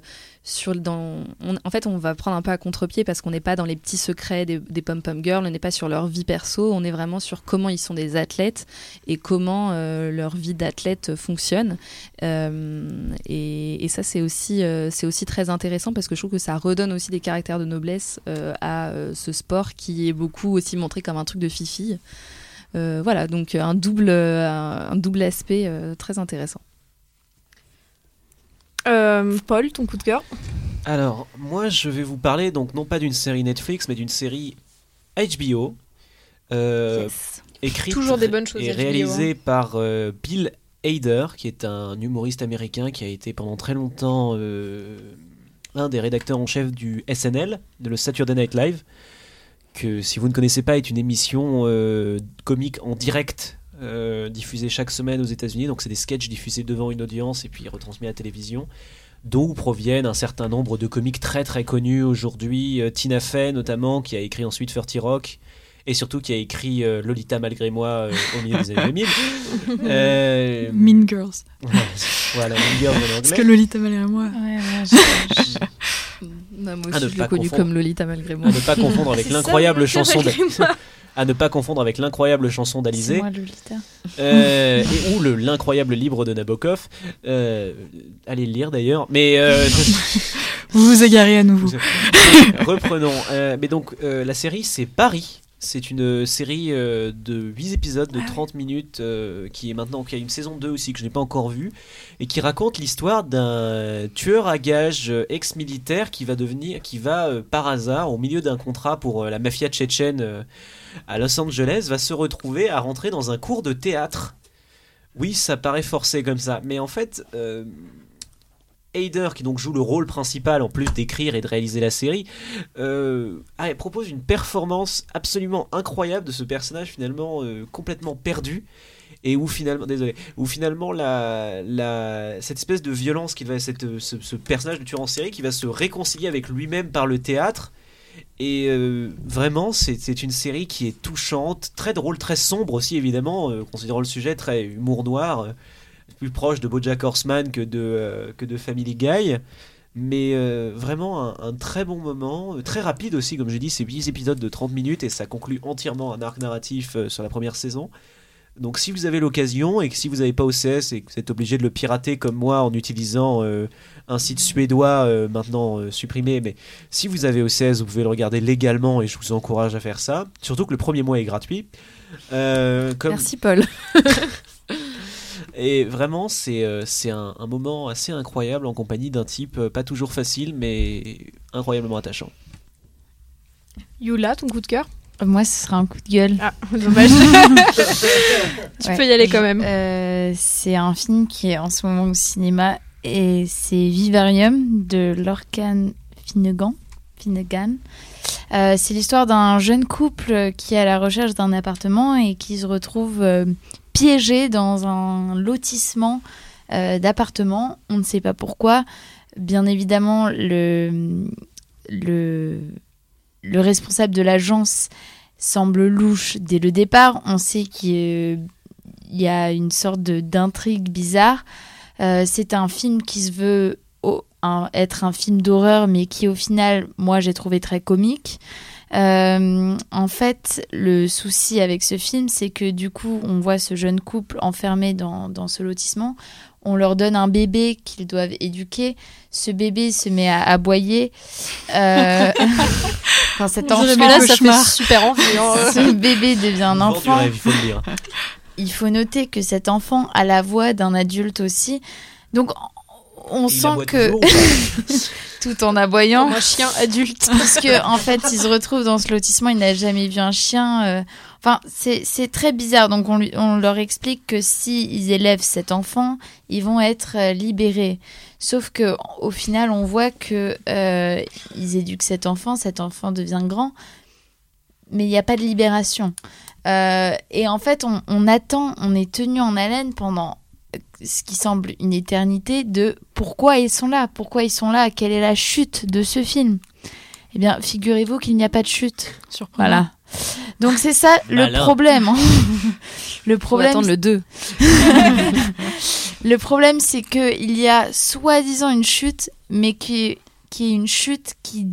en fait, on va prendre un peu à contre-pied, parce qu'on n'est pas dans les petits secrets des pom-pom girls, on n'est pas sur leur vie perso, on est vraiment sur comment ils sont des athlètes et comment leur vie d'athlète fonctionne. Et ça, c'est aussi très intéressant, parce que je trouve que ça redonne aussi des caractères de noblesse à ce sport qui est beaucoup aussi montré comme un truc de fifi. Donc un double aspect très intéressant. Paul, ton coup de cœur ? Alors, moi, je vais vous parler donc non pas d'une série Netflix, mais d'une série HBO, écrite toujours des bonnes choses et réalisée par Bill Hader, qui est un humoriste américain qui a été pendant très longtemps un des rédacteurs en chef du SNL, de le Saturday Night Live, que, si vous ne connaissez pas, est une émission comique en direct diffusée chaque semaine aux États-Unis. Donc c'est des sketchs diffusés devant une audience et puis retransmis à la télévision, d'où proviennent un certain nombre de comiques très très connus aujourd'hui. Tina Fey notamment, qui a écrit ensuite 30 Rock, et surtout qui a écrit Lolita malgré moi au milieu des années 2000. Mean Girls. Voilà, Mean Girls en anglais. Parce que Lolita malgré moi. Moi aussi, je l'ai connue comme Lolita malgré moi. À ne pas confondre avec l'incroyable chanson À ne pas confondre avec l'incroyable chanson d'Alizé. C'est moi, Lolita. Ou l'incroyable livre de Nabokov. Allez le lire d'ailleurs. Mais vous vous égarez à nouveau. Reprenons. Mais donc la série c'est Paris. C'est une série de 8 épisodes de 30 minutes qui est maintenant, qui a une saison 2 aussi que je n'ai pas encore vue et qui raconte l'histoire d'un tueur à gages ex-militaire qui va par hasard au milieu d'un contrat pour la mafia tchétchène à Los Angeles va se retrouver à rentrer dans un cours de théâtre. Oui, ça paraît forcé comme ça, mais en fait Hader, qui donc joue le rôle principal en plus d'écrire et de réaliser la série, propose une performance absolument incroyable de ce personnage finalement complètement perdu et où finalement cette espèce de violence qu'il va ce personnage de tueur en série qui va se réconcilier avec lui-même par le théâtre. Et vraiment c'est une série qui est touchante, très drôle, très sombre aussi évidemment, considérant le sujet, très humour noir, plus proche de BoJack Horseman que de Family Guy, mais vraiment un très bon moment, très rapide aussi, comme je dis, c'est 8 épisodes de 30 minutes et ça conclut entièrement un arc narratif sur la première saison. Donc si vous avez l'occasion et que si vous n'avez pas OCS et que vous êtes obligé de le pirater comme moi en utilisant un site suédois maintenant supprimé, mais si vous avez OCS vous pouvez le regarder légalement et je vous encourage à faire ça, surtout que le premier mois est gratuit. Merci Paul. Et vraiment c'est un moment assez incroyable en compagnie d'un type pas toujours facile mais incroyablement attachant. Youla, ton coup de cœur? Moi ce sera un coup de gueule. Ah, dommage. Tu peux y aller quand même. C'est un film qui est en ce moment au cinéma et c'est Vivarium de Lorcan Finnegan. C'est l'histoire d'un jeune couple qui est à la recherche d'un appartement et qui se retrouve piégé dans un lotissement d'appartements. On ne sait pas pourquoi. Bien évidemment, le responsable de l'agence semble louche dès le départ. On sait qu'il y a une sorte d'intrigue bizarre. C'est un film qui se veut être un film d'horreur, mais qui au final, moi, j'ai trouvé très comique. En fait, le souci avec ce film, c'est que du coup, on voit ce jeune couple enfermé dans ce lotissement. On leur donne un bébé qu'ils doivent éduquer. Ce bébé se met à aboyer. Enfin, cet enfant, là, ça fait super envie. Ce bébé devient un enfant. Rêve, il faut le dire. Il faut noter que cet enfant a la voix d'un adulte aussi. Donc, on sent que tout en aboyant, comme un chien adulte, parce que en fait, il se retrouve dans ce lotissement, il n'a jamais vu un chien. Enfin, c'est très bizarre. Donc, on leur explique que si ils élèvent cet enfant, ils vont être libérés. Sauf que au final, on voit que ils éduquent cet enfant devient grand, mais il n'y a pas de libération. Et en fait, on attend, on est tenu en haleine pendant ce qui semble une éternité de pourquoi ils sont là, quelle est la chute de ce film. Eh bien, figurez-vous qu'il n'y a pas de chute. Voilà. Donc c'est ça le problème. Le problème. Faut attendre le 2. Le problème, c'est que il y a soi-disant une chute, mais qui est une chute qui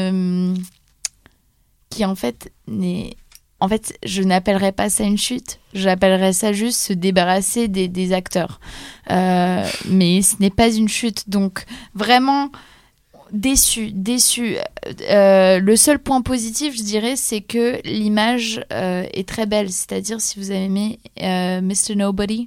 en fait n'est. En fait, je n'appellerais pas ça une chute, j'appellerais ça juste se débarrasser des acteurs. Mais ce n'est pas une chute, donc vraiment déçu. Le seul point positif, je dirais, c'est que l'image est très belle. C'est-à-dire, si vous avez aimé Mr. Nobody,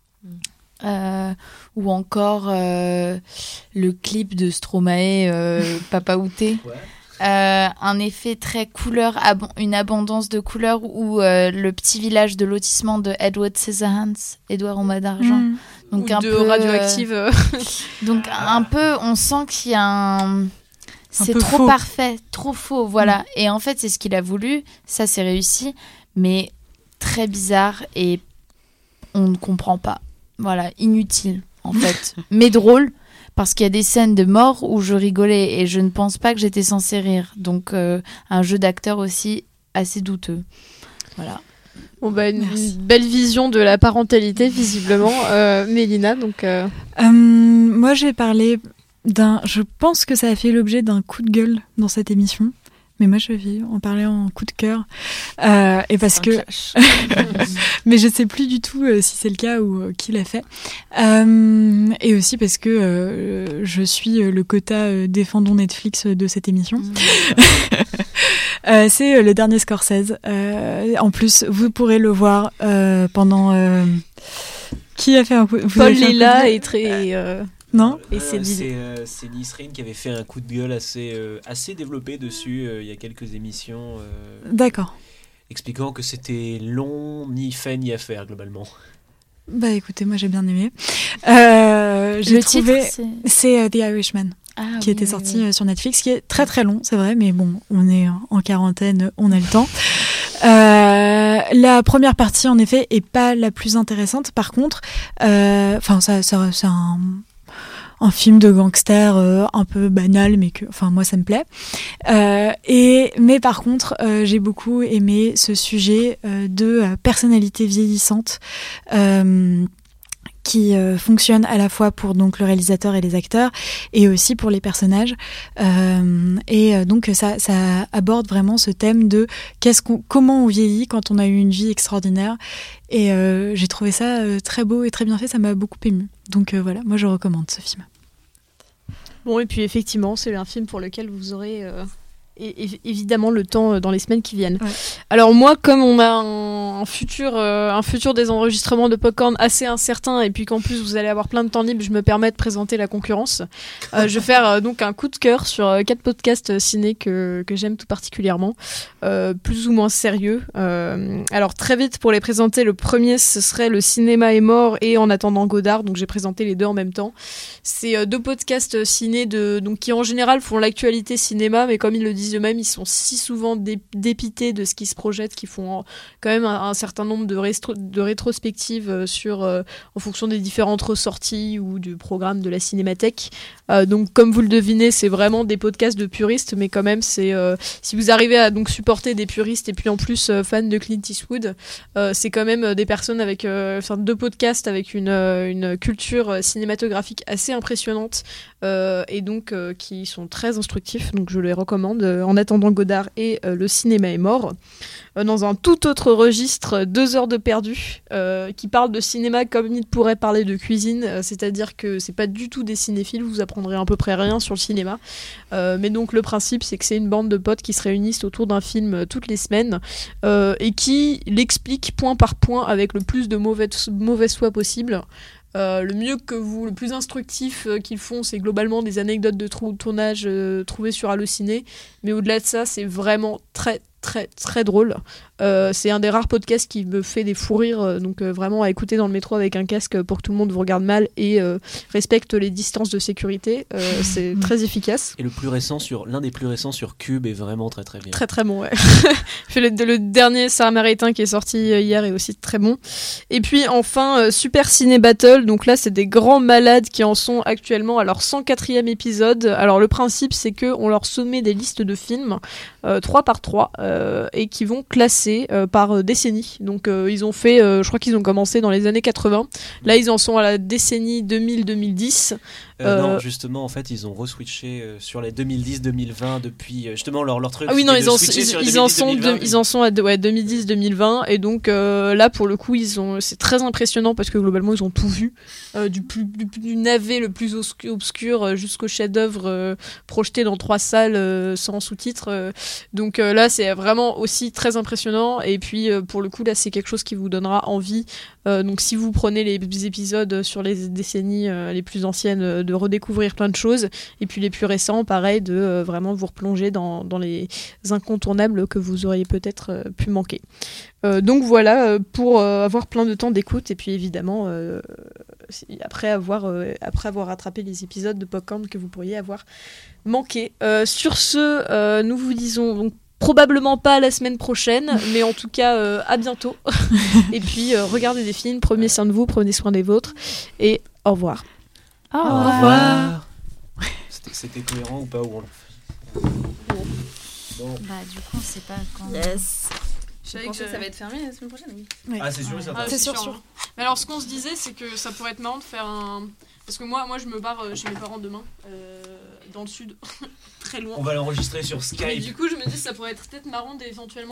ou encore le clip de Stromae, Papa Outé. Ouais. Un effet très couleur, une abondance de couleurs, ou le petit village de lotissement de Edward Scissorhands, Edouard en mode d'argent. Donc ou un de peu Radioactive. Donc un peu, on sent qu'il y a c'est peu trop faux. Parfait, trop faux, voilà. Et en fait, c'est ce qu'il a voulu, ça c'est réussi, mais très bizarre et on ne comprend pas. Voilà, inutile en fait, mais drôle. Parce qu'il y a des scènes de mort où je rigolais et je ne pense pas que j'étais censée rire. Donc, un jeu d'acteur aussi assez douteux. Voilà. Bon, bah, une belle vision de la parentalité, visiblement. Mélina, donc... Moi, j'ai parlé je pense que ça a fait l'objet d'un coup de gueule dans cette émission. Mais moi, je vais en parler en coup de cœur. Et parce que... Mais je sais plus du tout si c'est le cas ou qui l'a fait. Et aussi parce que je suis le quota défendons Netflix de cette émission. C'est le dernier Scorsese. En plus, vous pourrez le voir pendant... Qui a fait un coup... Paul Lila est très... Non. Et c'est Nisrine qui avait fait un coup de gueule assez développé dessus il y a quelques émissions. D'accord. Expliquant que c'était long, ni fait ni à faire globalement. Bah écoutez, moi j'ai bien aimé. J'ai trouvé... titre, c'est The Irishman. Qui était sorti sur Netflix, qui est très très long, c'est vrai, mais bon, on est en quarantaine, on a le temps. La première partie, en effet, est pas la plus intéressante. Par contre, c'est un film de gangster un peu banal, mais moi ça me plaît. Mais par contre, j'ai beaucoup aimé ce sujet de personnalité vieillissante. Qui fonctionne à la fois pour donc le réalisateur et les acteurs et aussi pour les personnages donc ça aborde vraiment ce thème de comment on vieillit quand on a eu une vie extraordinaire et j'ai trouvé ça très beau et très bien fait, ça m'a beaucoup ému, donc voilà, moi je recommande ce film. Bon, et puis effectivement c'est un film pour lequel vous aurez évidemment le temps dans les semaines qui viennent. Ouais. Alors moi, comme on a un futur des enregistrements de Popcorn assez incertain et puis qu'en plus vous allez avoir plein de temps libre, je me permets de présenter la concurrence. Je vais faire donc un coup de cœur sur 4 podcasts ciné que j'aime tout particulièrement, plus ou moins sérieux. Alors très vite pour les présenter, le premier ce serait Le cinéma est mort et En attendant Godard, donc j'ai présenté les deux en même temps. C'est 2 podcasts ciné donc qui en général font l'actualité cinéma, mais comme ils le disent eux-mêmes, ils sont si souvent dépités de ce qui se projette qu'ils font quand même un certain nombre de rétrospectives en fonction des différentes ressorties ou du programme de la Cinémathèque. Donc comme vous le devinez, c'est vraiment des podcasts de puristes, mais quand même si vous arrivez à donc supporter des puristes et puis en plus fans de Clint Eastwood, c'est quand même des personnes avec 2 podcasts avec une culture cinématographique assez impressionnante et donc qui sont très instructifs, donc je les recommande. En attendant Godard et Le cinéma est mort. Dans un tout autre registre, 2 heures de perdu, qui parle de cinéma comme il pourrait parler de cuisine, c'est-à-dire que c'est pas du tout des cinéphiles, vous apprendrez à peu près rien sur le cinéma, mais donc le principe c'est que c'est une bande de potes qui se réunissent autour d'un film toutes les semaines et qui l'expliquent point par point avec le plus de mauvaise foi possible. Le plus instructif qu'ils font, c'est globalement des anecdotes de tournage trouvées sur Allociné, mais au-delà de ça, c'est vraiment très très très drôle. C'est un des rares podcasts qui me fait des fous rires, donc vraiment à écouter dans le métro avec un casque pour que tout le monde vous regarde mal et respecte les distances de sécurité. C'est très efficace. Et l'un des plus récents sur Cube est vraiment très très bien. Très très bon, ouais. le dernier Sarah Maritain qui est sorti hier est aussi très bon. Et puis enfin Super Ciné Battle, donc là c'est des grands malades qui en sont actuellement à leur 104e épisode. Alors le principe c'est qu'on leur soumet des listes de films 3 par 3 et qui vont classer par décennie. Donc ils ont fait, je crois qu'ils ont commencé dans les années 80. Là ils en sont à la décennie 2000-2010. Non, justement, en fait, ils ont re-switché sur les 2010-2020 depuis justement leur truc. Ah oui, non, ils en sont à 2010-2020 et donc là pour le coup c'est très impressionnant parce que globalement ils ont tout vu, du navet le plus obscur jusqu'au chef-d'œuvre projeté dans 3 salles sans sous-titres. Donc là c'est vraiment aussi très impressionnant et puis pour le coup là c'est quelque chose qui vous donnera envie. Donc si vous prenez les épisodes sur les décennies les plus anciennes, de redécouvrir plein de choses, et puis les plus récents pareil, de vraiment vous replonger dans les incontournables que vous auriez peut-être pu manquer. Donc voilà, pour avoir plein de temps d'écoute, et puis évidemment après avoir rattrapé les épisodes de Popcorn que vous pourriez avoir manqué. Sur ce, nous vous disons donc probablement pas la semaine prochaine, mais en tout cas à bientôt. Et puis regardez des films, prenez soin de vous, prenez soin des vôtres, et au revoir. Au revoir. C'était cohérent ou pas, ou on le fait? Bon. Bah du coup on sait pas quand. Yes. Je savais que ça va être fermé la semaine prochaine, oui. Ah c'est sûr, c'est sûr. Mais alors, ce qu'on se disait, c'est que ça pourrait être marrant de faire un... Parce que moi je me barre chez mes parents demain, dans le sud, très loin. On va l'enregistrer sur Skype. Et du coup, je me dis, ça pourrait être peut-être marrant d'éventuellement